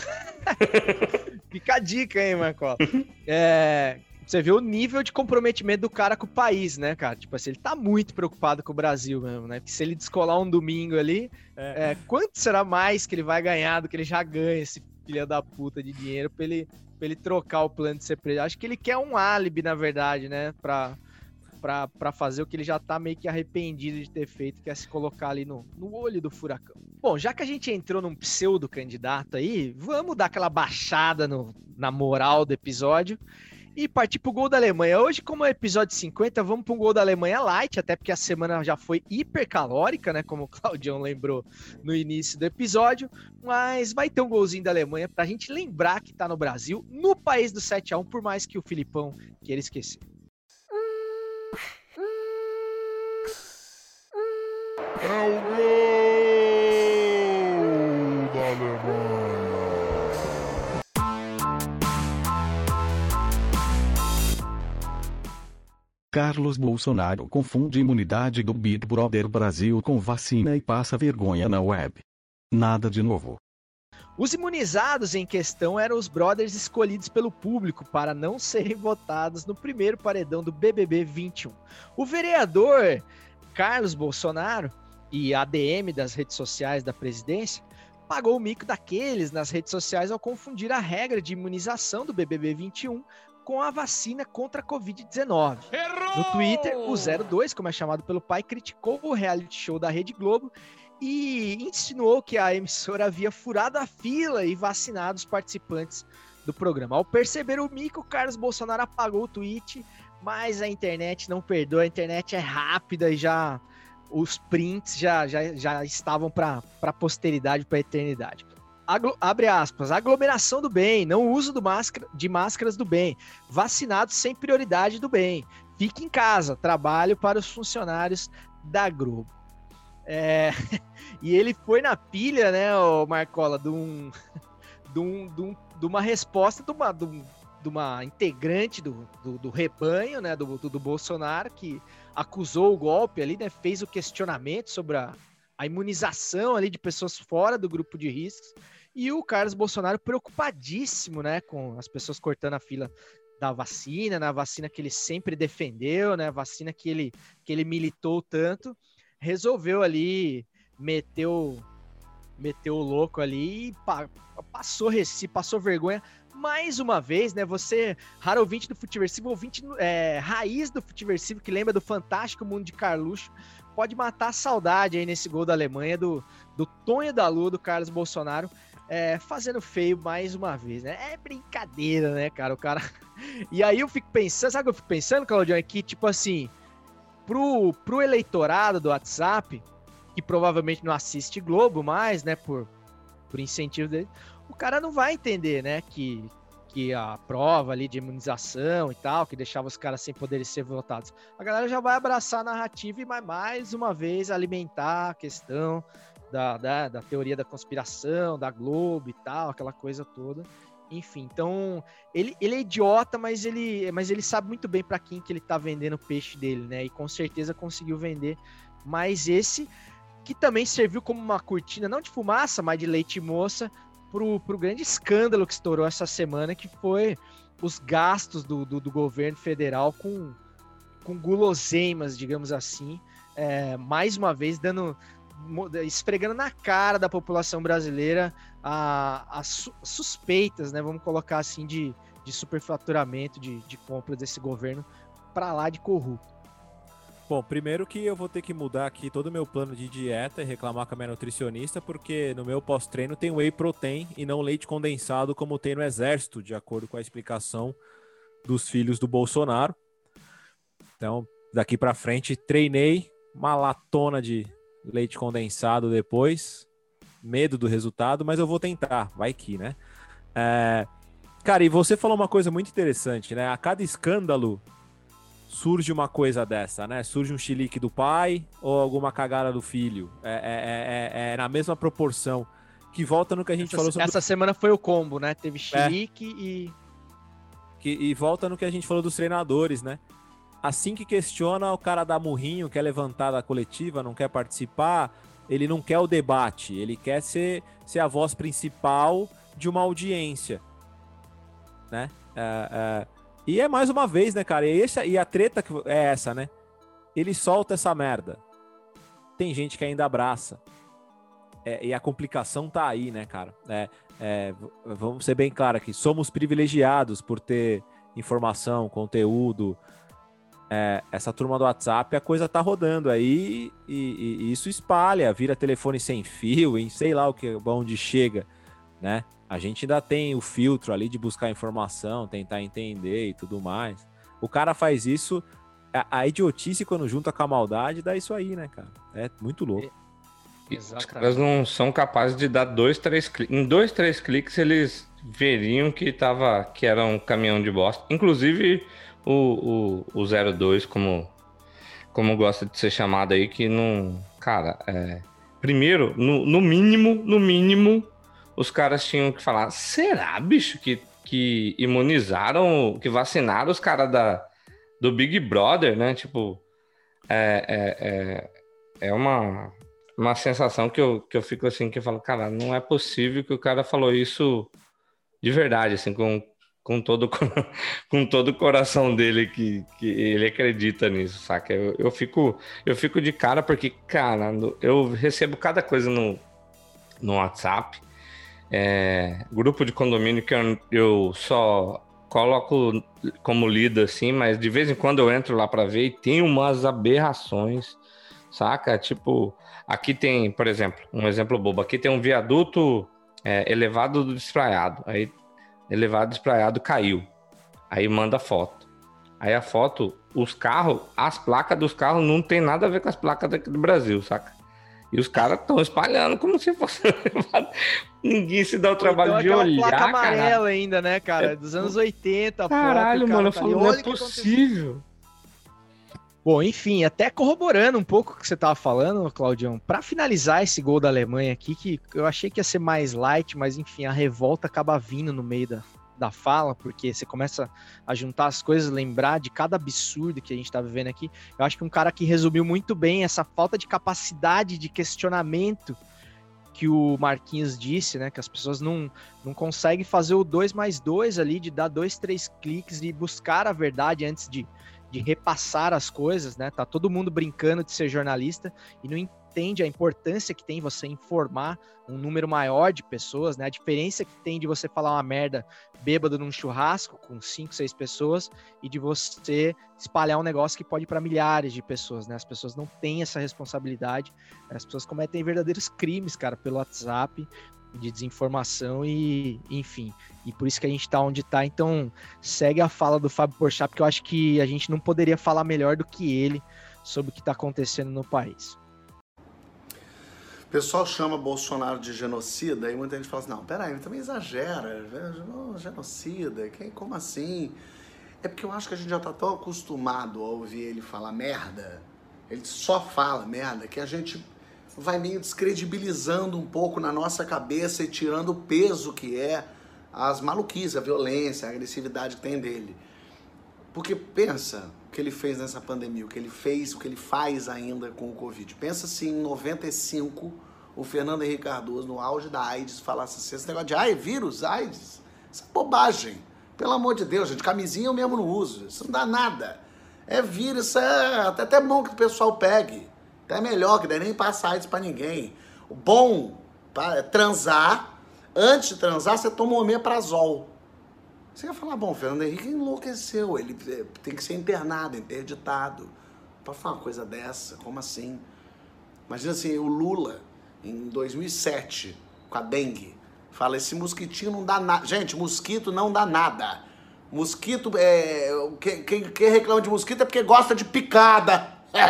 Fica a dica, hein, Marcola? Você vê o nível de comprometimento do cara com o país, né, cara? Tipo assim, ele tá muito preocupado com o Brasil mesmo, né? Porque se ele descolar um domingo ali, quanto será mais que ele vai ganhar do que ele já ganha, esse filho da puta de dinheiro, pra ele trocar o plano de ser presidente? Acho que ele quer um álibi, na verdade, né? Pra fazer o que ele já tá meio que arrependido de ter feito, que é se colocar ali no olho do furacão. Bom, já que a gente entrou num pseudo-candidato aí, vamos dar aquela baixada na moral do episódio E partir pro gol da Alemanha. Hoje, como é episódio 50, vamos pro gol da Alemanha light, até porque a semana já foi hipercalórica, né? Como o Claudião lembrou no início do episódio. Mas vai ter um golzinho da Alemanha pra gente lembrar que tá no Brasil, no país do 7-1, por mais que o Filipão queira esquecer. É o gol da Alemanha. Carlos Bolsonaro confunde imunidade do Big Brother Brasil com vacina e passa vergonha na web. Nada de novo. Os imunizados em questão eram os brothers escolhidos pelo público para não serem votados no primeiro paredão do BBB 21. O vereador Carlos Bolsonaro e a ADM das redes sociais da presidência pagou o mico daqueles nas redes sociais ao confundir a regra de imunização do BBB 21 com a vacina contra a Covid-19. No Twitter, o 02, como é chamado pelo pai, criticou o reality show da Rede Globo e insinuou que a emissora havia furado a fila e vacinado os participantes do programa. Ao perceber o mico, Carlos Bolsonaro apagou o tweet, mas a internet não perdoa, a internet é rápida e já os prints já estavam para a posteridade, para a eternidade. Abre aspas, aglomeração do bem, não uso de máscaras do bem, vacinados sem prioridade do bem, fique em casa, trabalho para os funcionários da Globo. E ele foi na pilha, né, o Marcola, de uma resposta de uma integrante do rebanho, né, do Bolsonaro, que acusou o golpe ali, né, fez o questionamento sobre a imunização ali de pessoas fora do grupo de riscos, e o Carlos Bolsonaro preocupadíssimo, né, com as pessoas cortando a fila da vacina, na vacina que ele sempre defendeu, né, a vacina que ele militou tanto, resolveu ali meter o louco ali e passou vergonha mais uma vez, né? Você, raro ouvinte do Futiversivo, ouvinte raiz do Futiversivo, que lembra do fantástico mundo de Carluxo, pode matar a saudade aí nesse gol da Alemanha, do Tonho da Lua, do Carlos Bolsonaro, fazendo feio mais uma vez, né? É brincadeira, né, cara? O cara... E aí eu fico pensando, sabe o que eu fico pensando, Claudião? É que, tipo assim, pro eleitorado do WhatsApp, que provavelmente não assiste Globo mais, né, por incentivo dele, o cara não vai entender, né, que a prova ali de imunização e tal, que deixava os caras sem poderem ser votados. A galera já vai abraçar a narrativa e vai mais uma vez alimentar a questão da teoria da conspiração, da Globo e tal, aquela coisa toda. Enfim, então, ele é idiota, mas ele sabe muito bem para quem que ele tá vendendo o peixe dele, né, e com certeza conseguiu vender mais esse, que também serviu como uma cortina, não de fumaça, mas de leite moça, pro grande escândalo que estourou essa semana, que foi os gastos do governo federal com guloseimas, digamos assim, mais uma vez esfregando na cara da população brasileira as suspeitas, né, vamos colocar assim, de superfaturamento de compra desse governo para lá de corrupto. Bom, primeiro que eu vou ter que mudar aqui todo o meu plano de dieta e reclamar com a minha nutricionista, porque no meu pós-treino tem whey protein e não leite condensado como tem no Exército, de acordo com a explicação dos filhos do Bolsonaro. Então, daqui pra frente, treinei uma latona de leite condensado depois, medo do resultado, mas eu vou tentar, vai que, né? Cara, e você falou uma coisa muito interessante, né? A cada escândalo surge uma coisa dessa, né? Surge um chilique do pai ou alguma cagada do filho. É na mesma proporção. Que volta no que a gente falou sobre... Essa semana foi o combo, né? Teve chilique e volta no que a gente falou dos treinadores, né? Assim que questiona, o cara dá murrinho, quer levantar da coletiva, não quer participar, ele não quer o debate, ele quer ser a voz principal de uma audiência, né? E é mais uma vez, né, cara? E a treta é essa, né? Ele solta essa merda. Tem gente que ainda abraça. E a complicação tá aí, né, cara? Vamos ser bem claros aqui. Somos privilegiados por ter informação, conteúdo. Essa turma do WhatsApp, a coisa tá rodando aí e isso espalha, vira telefone sem fio, em sei lá onde chega, né? A gente ainda tem o filtro ali de buscar informação, tentar entender e tudo mais. O cara faz isso, a idiotice quando junta com a maldade dá isso aí, né, cara? É muito louco. Os caras não são capazes de dar 2, 3 cliques. Em 2, 3 cliques eles veriam que era um caminhão de bosta. Inclusive o 02, como gosta de ser chamado aí, que não... Cara, primeiro, no mínimo, os caras tinham que falar, será, bicho, que imunizaram, que vacinaram os caras do Big Brother, né? Tipo, é uma sensação que eu fico assim, que eu falo, cara, não é possível que o cara falou isso de verdade, assim, com todo o coração dele, que ele acredita nisso, saca? Eu fico de cara porque, cara, eu recebo cada coisa no WhatsApp, grupo de condomínio que eu só coloco como lido, assim, mas de vez em quando eu entro lá pra ver e tem umas aberrações, saca? Tipo, aqui tem, por exemplo, um exemplo bobo, aqui tem um viaduto elevado do Despraiado, aí elevado Despraiado caiu, aí manda foto, aí a foto, as placas dos carros não tem nada a ver com as placas daqui do Brasil, saca? E os caras estão espalhando como se fosse ninguém se dá o trabalho de olhar, placa amarela, cara. Ainda, né, cara? Dos anos 80. Caralho, foto, mano, eu tá falo, não é possível. Bom, enfim, até corroborando um pouco o que você tava falando, Claudião, para finalizar esse gol da Alemanha aqui, que eu achei que ia ser mais light, mas enfim, a revolta acaba vindo no meio da fala, porque você começa a juntar as coisas, lembrar de cada absurdo que a gente tá vivendo aqui. Eu acho que um cara que resumiu muito bem essa falta de capacidade de questionamento que o Marquinhos disse, né, que as pessoas não conseguem fazer o 2+2 ali, de dar 2, 3 cliques e buscar a verdade antes de repassar as coisas, né? Tá todo mundo brincando de ser jornalista e não entende a importância que tem você informar um número maior de pessoas, né? A diferença que tem de você falar uma merda bêbado num churrasco com 5, 6 pessoas e de você espalhar um negócio que pode ir para milhares de pessoas, né? As pessoas não têm essa responsabilidade, as pessoas cometem verdadeiros crimes, cara, pelo WhatsApp, de desinformação e, enfim, e por isso que a gente tá onde tá. Então segue a fala do Fábio Porchat, porque eu acho que a gente não poderia falar melhor do que ele sobre o que tá acontecendo no país. O pessoal chama Bolsonaro de genocida e muita gente fala assim, não, peraí, ele também exagera, genocida, como assim? É porque eu acho que a gente já tá tão acostumado a ouvir ele falar merda, ele só fala merda, que a gente vai meio descredibilizando um pouco na nossa cabeça e tirando o peso que é as maluquices, a violência, a agressividade que tem dele. Porque pensa o que ele fez nessa pandemia, o que ele fez, o que ele faz ainda com o Covid. Pensa se em 95 o Fernando Henrique Cardoso, no auge da AIDS, falasse assim, esse negócio de vírus, AIDS, isso é bobagem. Pelo amor de Deus, gente, camisinha eu mesmo não uso, isso não dá nada. É vírus, isso é até bom que o pessoal pegue. É melhor, que daí nem passar AIDS pra ninguém. O bom é transar. Antes de transar, você toma um omeprazol. Você vai falar, bom, o Fernando Henrique enlouqueceu. Ele tem que ser internado, interditado. Pra falar uma coisa dessa, como assim? Imagina assim, o Lula, em 2007, com a dengue, fala, esse mosquitinho não dá nada. Gente, mosquito não dá nada. Mosquito, quem reclama de mosquito é porque gosta de picada.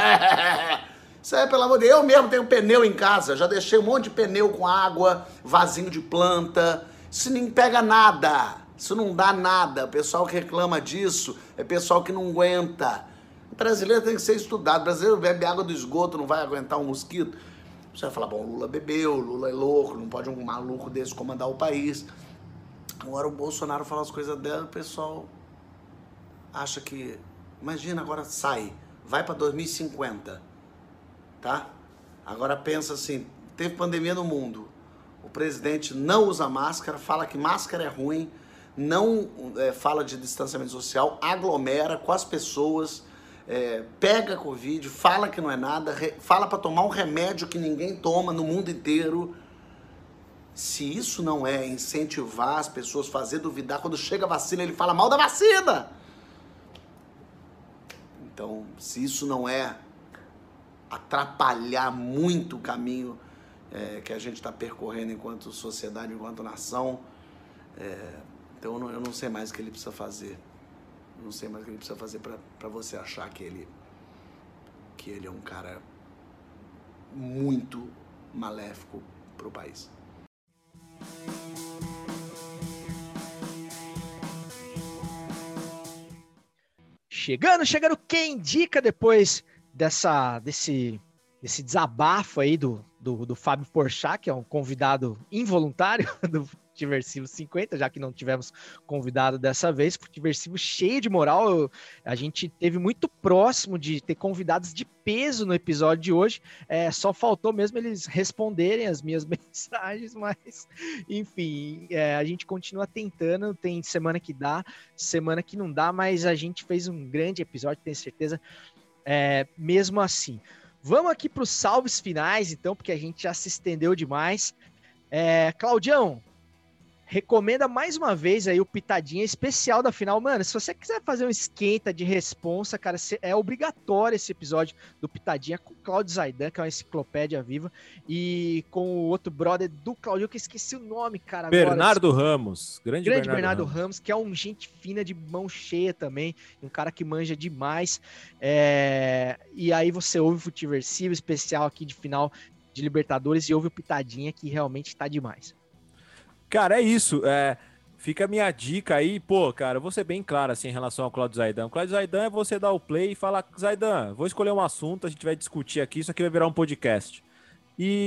Isso aí, pelo amor de Deus, eu mesmo tenho pneu em casa, já deixei um monte de pneu com água, vasinho de planta, isso nem pega nada, isso não dá nada, o pessoal que reclama disso é pessoal que não aguenta. O brasileiro tem que ser estudado, o brasileiro bebe água do esgoto, não vai aguentar um mosquito. Você vai falar, bom, Lula bebeu, Lula é louco, não pode um maluco desse comandar o país. Agora o Bolsonaro fala as coisas dela, o pessoal acha que, imagina, agora sai, vai para 2050. Tá? Agora pensa assim, teve pandemia no mundo, o presidente não usa máscara, fala que máscara é ruim, não fala de distanciamento social, aglomera com as pessoas, pega Covid, fala que não é nada, fala para tomar um remédio que ninguém toma no mundo inteiro. Se isso não é incentivar as pessoas, fazer duvidar, quando chega a vacina ele fala mal da vacina. Então, se isso não é atrapalhar muito o caminho que a gente está percorrendo enquanto sociedade, enquanto nação, Então eu não sei mais o que ele precisa fazer. Não sei mais o que ele precisa fazer para você achar que ele é um cara muito maléfico pro país. Chegando, quem indica depois desse desabafo aí do Fábio Porchat, que é um convidado involuntário do Futiversivo 50, já que não tivemos convidado dessa vez. Futiversivo cheio de moral. A gente teve muito próximo de ter convidados de peso no episódio de hoje. Só faltou mesmo eles responderem as minhas mensagens, mas enfim, a gente continua tentando. Tem semana que dá, semana que não dá, mas a gente fez um grande episódio, tenho certeza, mesmo assim. Vamos aqui para os salves finais, então, porque a gente já se estendeu demais. Claudião, recomenda mais uma vez aí o Pitadinha especial da final. Mano, se você quiser fazer um esquenta de responsa, cara, é obrigatório esse episódio do Pitadinha com o Cláudio Zaidan, que é uma enciclopédia viva, e com o outro brother do Claudio, que eu esqueci o nome, cara. Bernardo Ramos. Grande Bernardo Ramos, que é um gente fina de mão cheia também, um cara que manja demais. E aí você ouve o Futiversivo especial aqui de final de Libertadores e ouve o Pitadinha, que realmente tá demais. Cara, é isso. Fica a minha dica aí. Pô, cara, eu vou ser bem claro assim em relação ao Cláudio Zaidan. O Cláudio Zaidan é você dar o play e falar: Zaidan, vou escolher um assunto, a gente vai discutir aqui, isso aqui vai virar um podcast. E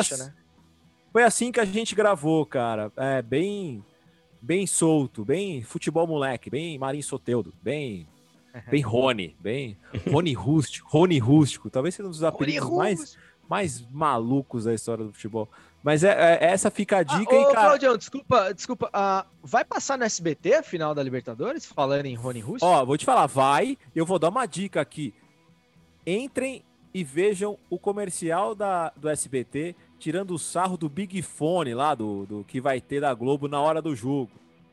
foi assim que a gente gravou, cara. Bem solto, bem futebol moleque, bem Marinho Soteldo, bem Rony, bem Rony Rústico. Talvez seja um dos apelidos mais malucos da história do futebol. Mas essa fica a dica, hein, cara? Claudião, desculpa. Vai passar no SBT a final da Libertadores, falando em Rony Rústico? Ó, vou te falar, vai. Eu vou dar uma dica aqui. Entrem e vejam o comercial do SBT, tirando o sarro do Big Fone lá, do que vai ter da Globo na hora do jogo.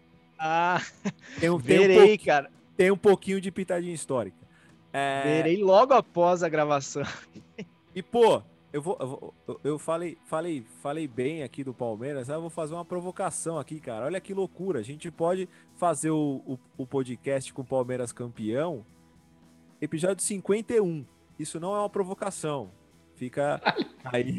Verei, cara. Tem um pouquinho de pitadinha histórica. Verei logo após a gravação. E, pô, eu falei bem aqui do Palmeiras, eu vou fazer uma provocação aqui, cara. Olha que loucura. A gente pode fazer o podcast com o Palmeiras campeão, episódio 51. Isso não é uma provocação. Fica aí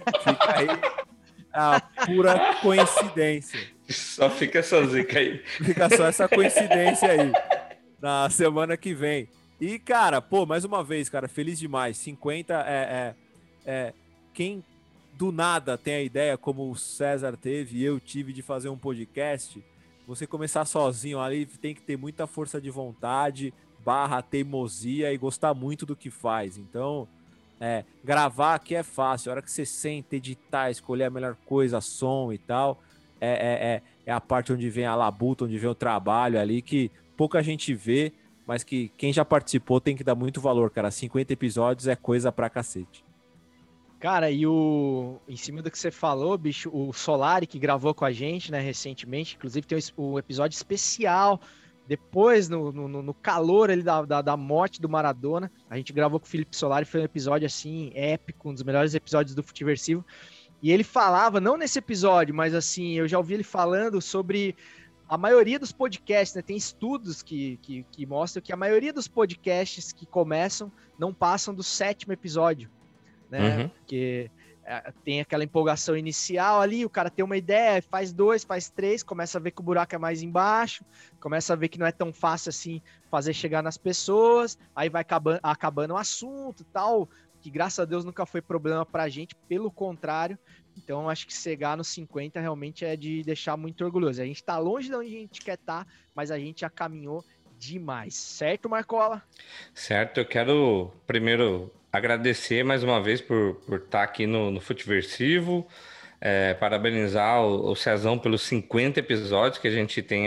a pura coincidência. Só fica essa zica aí. Fica só essa coincidência aí. Na semana que vem. E, cara, pô, mais uma vez, cara, feliz demais. 50 quem do nada tem a ideia, como o César teve e eu tive, de fazer um podcast, você começar sozinho ali, tem que ter muita força de vontade, teimosia e gostar muito do que faz. Então, gravar aqui é fácil. A hora que você senta, editar, escolher a melhor coisa, som e tal, é a parte onde vem a labuta, onde vem o trabalho ali, que pouca gente vê, mas que quem já participou tem que dar muito valor, cara. 50 episódios é coisa pra cacete. Cara, e em cima do que você falou, bicho, o Solari, que gravou com a gente, né, recentemente, inclusive tem um episódio especial, depois, no calor ali da morte do Maradona, a gente gravou com o Felipe Solari, foi um episódio, assim, épico, um dos melhores episódios do Futiversivo, e ele falava, não nesse episódio, mas, assim, eu já ouvi ele falando sobre a maioria dos podcasts, né, tem estudos que mostram que a maioria dos podcasts que começam não passam do 7º episódio, né? Porque tem aquela empolgação inicial ali, o cara tem uma ideia, faz 2, faz 3, começa a ver que o buraco é mais embaixo, começa a ver que não é tão fácil assim fazer chegar nas pessoas, aí vai acabando o assunto e tal, que graças a Deus nunca foi problema pra gente, pelo contrário. Então acho que chegar nos 50 realmente é de deixar muito orgulhoso. A gente tá longe de onde a gente quer estar, mas a gente já caminhou demais, certo, Marcola? Certo, eu quero primeiro agradecer mais uma vez por estar aqui no Futiversivo, parabenizar o Cezão pelos 50 episódios, que a gente tem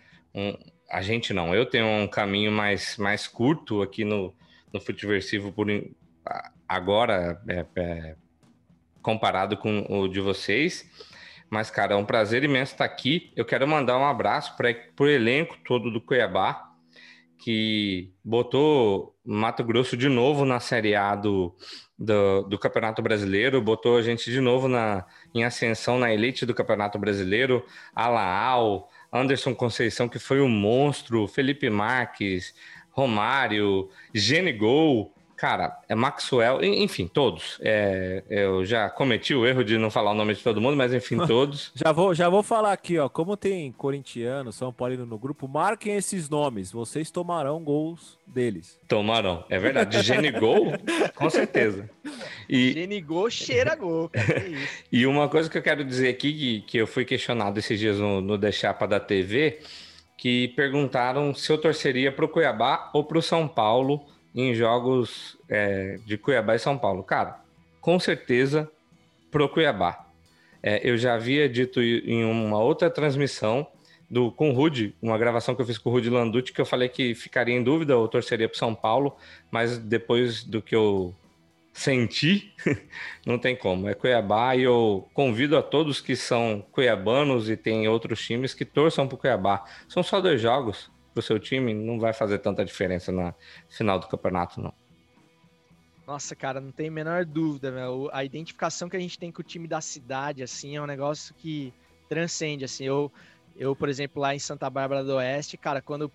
eu tenho um caminho mais curto aqui no Futiversivo agora, comparado com o de vocês. Mas, cara, é um prazer imenso estar aqui. Eu quero mandar um abraço para o elenco todo do Cuiabá, que botou Mato Grosso de novo na Série A do Campeonato Brasileiro, botou a gente de novo em ascensão na elite do Campeonato Brasileiro. Alaal, Anderson Conceição, que foi um monstro, Felipe Marques, Romário, Genigol, cara, Maxwell, enfim, todos. Eu já cometi o erro de não falar o nome de todo mundo, mas enfim, todos. Já vou falar aqui, ó, como tem corintiano, São Paulino no grupo, marquem esses nomes, vocês tomarão gols deles. Tomarão, é verdade. Genigol, com certeza. Genigol cheira gol, cara, que isso. E uma coisa que eu quero dizer aqui, que eu fui questionado esses dias no The Chapa da TV, que perguntaram se eu torceria pro Cuiabá ou pro São Paulo em jogos de Cuiabá e São Paulo. Cara, com certeza pro Cuiabá. Eu já havia dito em uma outra transmissão com o Rudy, uma gravação que eu fiz com o Rudy Landucci, que eu falei que ficaria em dúvida ou torceria pro São Paulo, mas depois do que eu senti, não tem como. É Cuiabá e eu convido a todos que são cuiabanos e tem outros times que torçam pro Cuiabá. São só 2 jogos. Pro seu time, não vai fazer tanta diferença na final do campeonato, não. Nossa, cara, não tem a menor dúvida, meu. A identificação que a gente tem com o time da cidade, assim, é um negócio que transcende, assim. Eu, por exemplo, lá em Santa Bárbara do Oeste, cara, quando,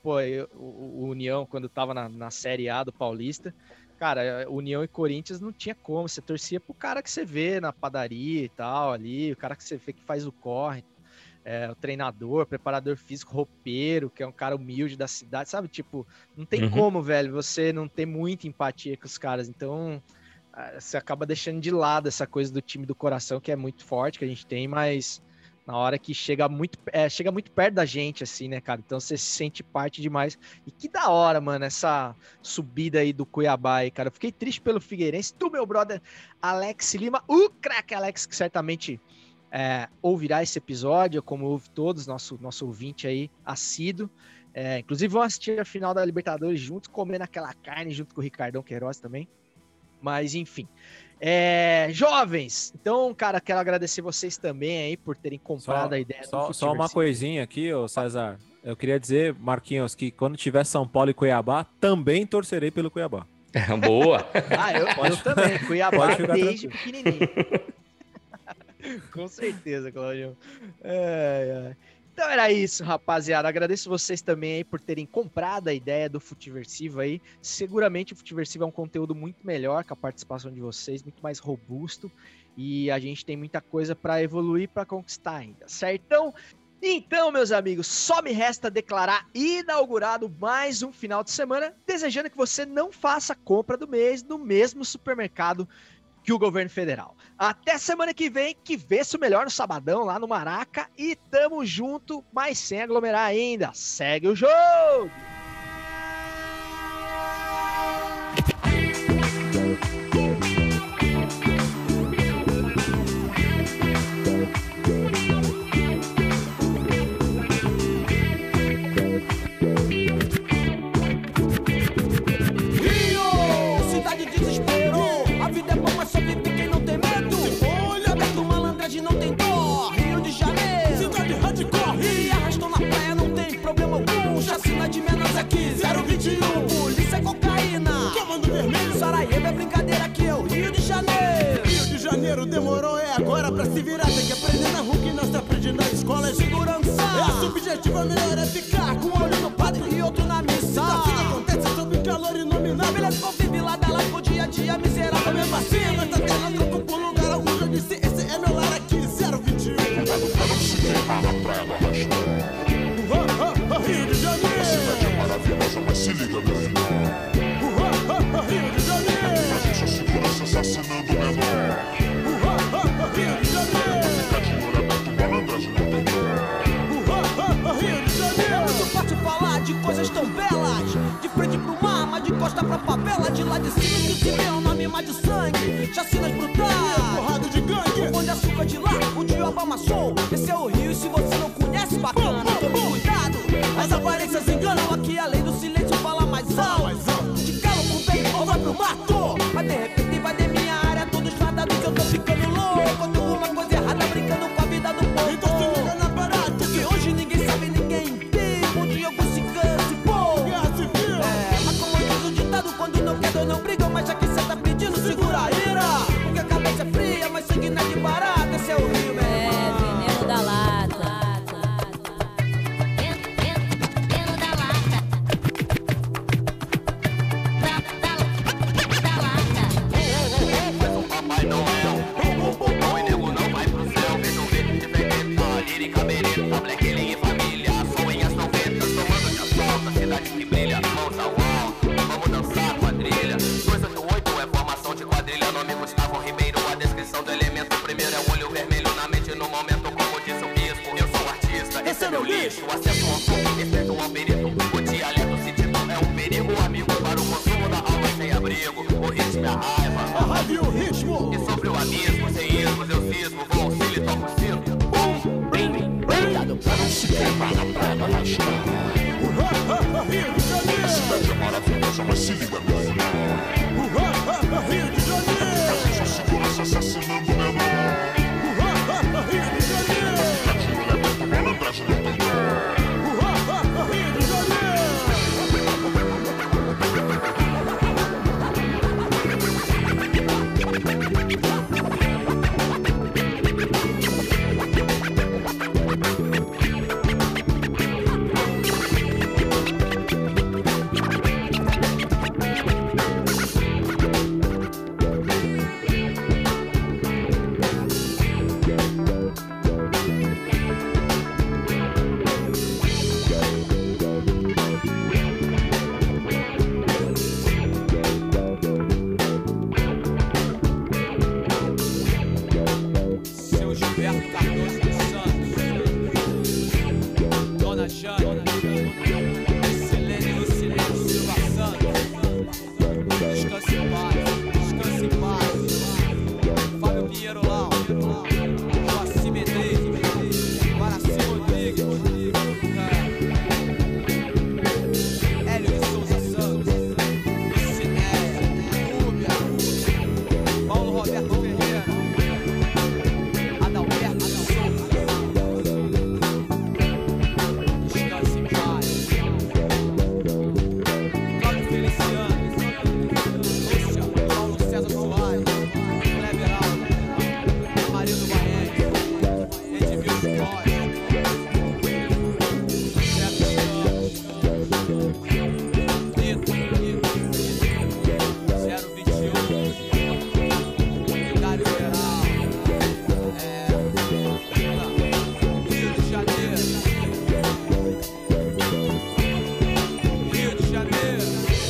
o União, quando tava na Série A do Paulista, cara, União e Corinthians não tinha como, você torcia pro cara que você vê na padaria e tal, ali, o cara que você vê que faz o corre, o treinador, preparador físico, roupeiro, que é um cara humilde da cidade, sabe? Tipo, não tem como, velho, você não ter muita empatia com os caras. Então, você acaba deixando de lado essa coisa do time do coração, que é muito forte, que a gente tem, mas na hora que chega muito perto da gente, assim, né, cara? Então, você se sente parte demais. E que da hora, mano, essa subida aí do Cuiabá aí, cara. Eu fiquei triste pelo Figueirense, do meu brother Alex Lima, o craque Alex, que certamente ouvirá esse episódio, como ouve todos, nosso ouvinte aí, assíduo. Inclusive, vão assistir a final da Libertadores juntos, comendo aquela carne junto com o Ricardão Queiroz também. Mas, enfim. Jovens, então, cara, quero agradecer vocês também aí por terem comprado a ideia. Só uma coisinha aqui, ô César. Eu queria dizer, Marquinhos, que quando tiver São Paulo e Cuiabá, também torcerei pelo Cuiabá. Boa! Eu também, Cuiabá desde pequenininho. Com certeza, Claudio. Então era isso, rapaziada. Agradeço vocês também aí por terem comprado a ideia do Futiversivo aí. Seguramente o Futiversivo é um conteúdo muito melhor com a participação de vocês, muito mais robusto. E a gente tem muita coisa para evoluir, para conquistar ainda, certo? Então, meus amigos, só me resta declarar inaugurado mais um final de semana, desejando que você não faça a compra do mês no mesmo supermercado que o governo federal. Até semana que vem, que vê-se o melhor no sabadão lá no Maraca, e tamo junto, mas sem aglomerar ainda. Segue o jogo! Não tem dó, Rio de Janeiro, cidade hardcore, e arrastou na praia, não tem problema algum. Chacina de menores aqui, 021, polícia cocaína, comando vermelho, Sarajevo é brincadeira aqui, é o Rio de Janeiro. Rio de Janeiro demorou, agora pra se virar, tem que aprender na rua que não se aprende na escola, é segurança. A subjetiva melhor é ficar com um olho no padre e outro na missa. Tudo acontece sob calor inominável, beleza, convive lá da live, o dia a dia miserável, mesmo assim, mas tá tendo troco por lugar algum, já disse, esse é meu lar aqui, 021. Rio de Janeiro, a cidade é maravilhosa, mas se liga, meu irmão. Rio de Janeiro, a segurança assassinando o menor. Rio de Janeiro, fica de olho aberto, malandragem não tem dó. Rio de Janeiro, é muito forte falar de coisas tão belas, de frente pro mar, mas de costa pra favela, de lá de cima que se vê um nome mais de sangue, chacinas brutais, porrada de gangue, o pão de açúcar de lá, o diabo amassou. Esse é o Rio e se você não conhece, bacana, tome cuidado, as aparências enganam, aqui além do silêncio fala mais alto, de calo pro peito ou vai pro mato, mas de repente vai de minha área, todos tratados que eu tô ficando louco, tô uma coisa errada brincando com a vida do povo, então se liga na parada, porque hoje ninguém sabe, ninguém tem, um dia algum se canse, pô, esse é o Rio, meu irmão. Veneno da lata. Papai Noel, bom e nego não vai pro céu. Vejam ver de Vegeta, lírica bereta, Black Alien e família. Som em as 90, tomando de assalto, a cidade que brilha, mãos ao alto. Vamos dançar quadrilha. 288 é formação de quadrilha. Nome Gustavo Ribeiro, a descrição do elemento. Primeiro é o olho vermelho na mente no momento, como disse o bispo. Eu sou artista, esse é meu lixo. Acesso ao som, respeito ao perito. O dialeto sentido é um perigo, amigo, para o consumo da alma sem abrigo. O ritmo é a raiva. A raiva e o ritmo. E sobre o abismo, sem ismos, eu cismo. Vou auxílio e toco o sino. Bum, bim, cuidado pra não se queimar na praia da Rachar. A cidade é maravilhosa, mas se liga, meu irmão. Rio de Janeiro. Cabeça segurança assassinando o menor. Rio de Janeiro. Catiro levanta malandragem no tambor. Rio de Janeiro. Seu Gilberto Cardoso dos Santos, Dona Jane, Silene Lucilene Silva Santos, descanse em paz, Fábio Pinheiro Lau, Joaci Medeiros, Guaraci Rodrigues, Hélio de Souza Santos, Lucinéia, Rúbia, Paulo Roberto Ferreira, Adalberto de Souza, descanse em paz, Cláudio Feliciano, Lúcia, Paulo César Soares, Kleber Alves, Marido Barreto, Edmilson Costa, Beto Campos, Nito, 021, Vigário Geral, Rio de Janeiro, Rio de Janeiro.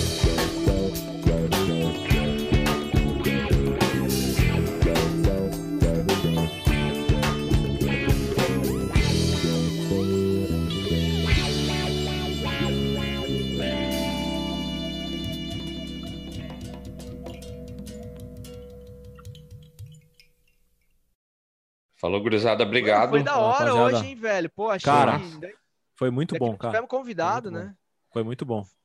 Falou, gurizada, obrigado. Foi da hora rapaziada. hoje, hein, velho? Pô, achei Cara, que foi muito bom, cara. tivemos convidado, Foi muito né? Foi muito bom.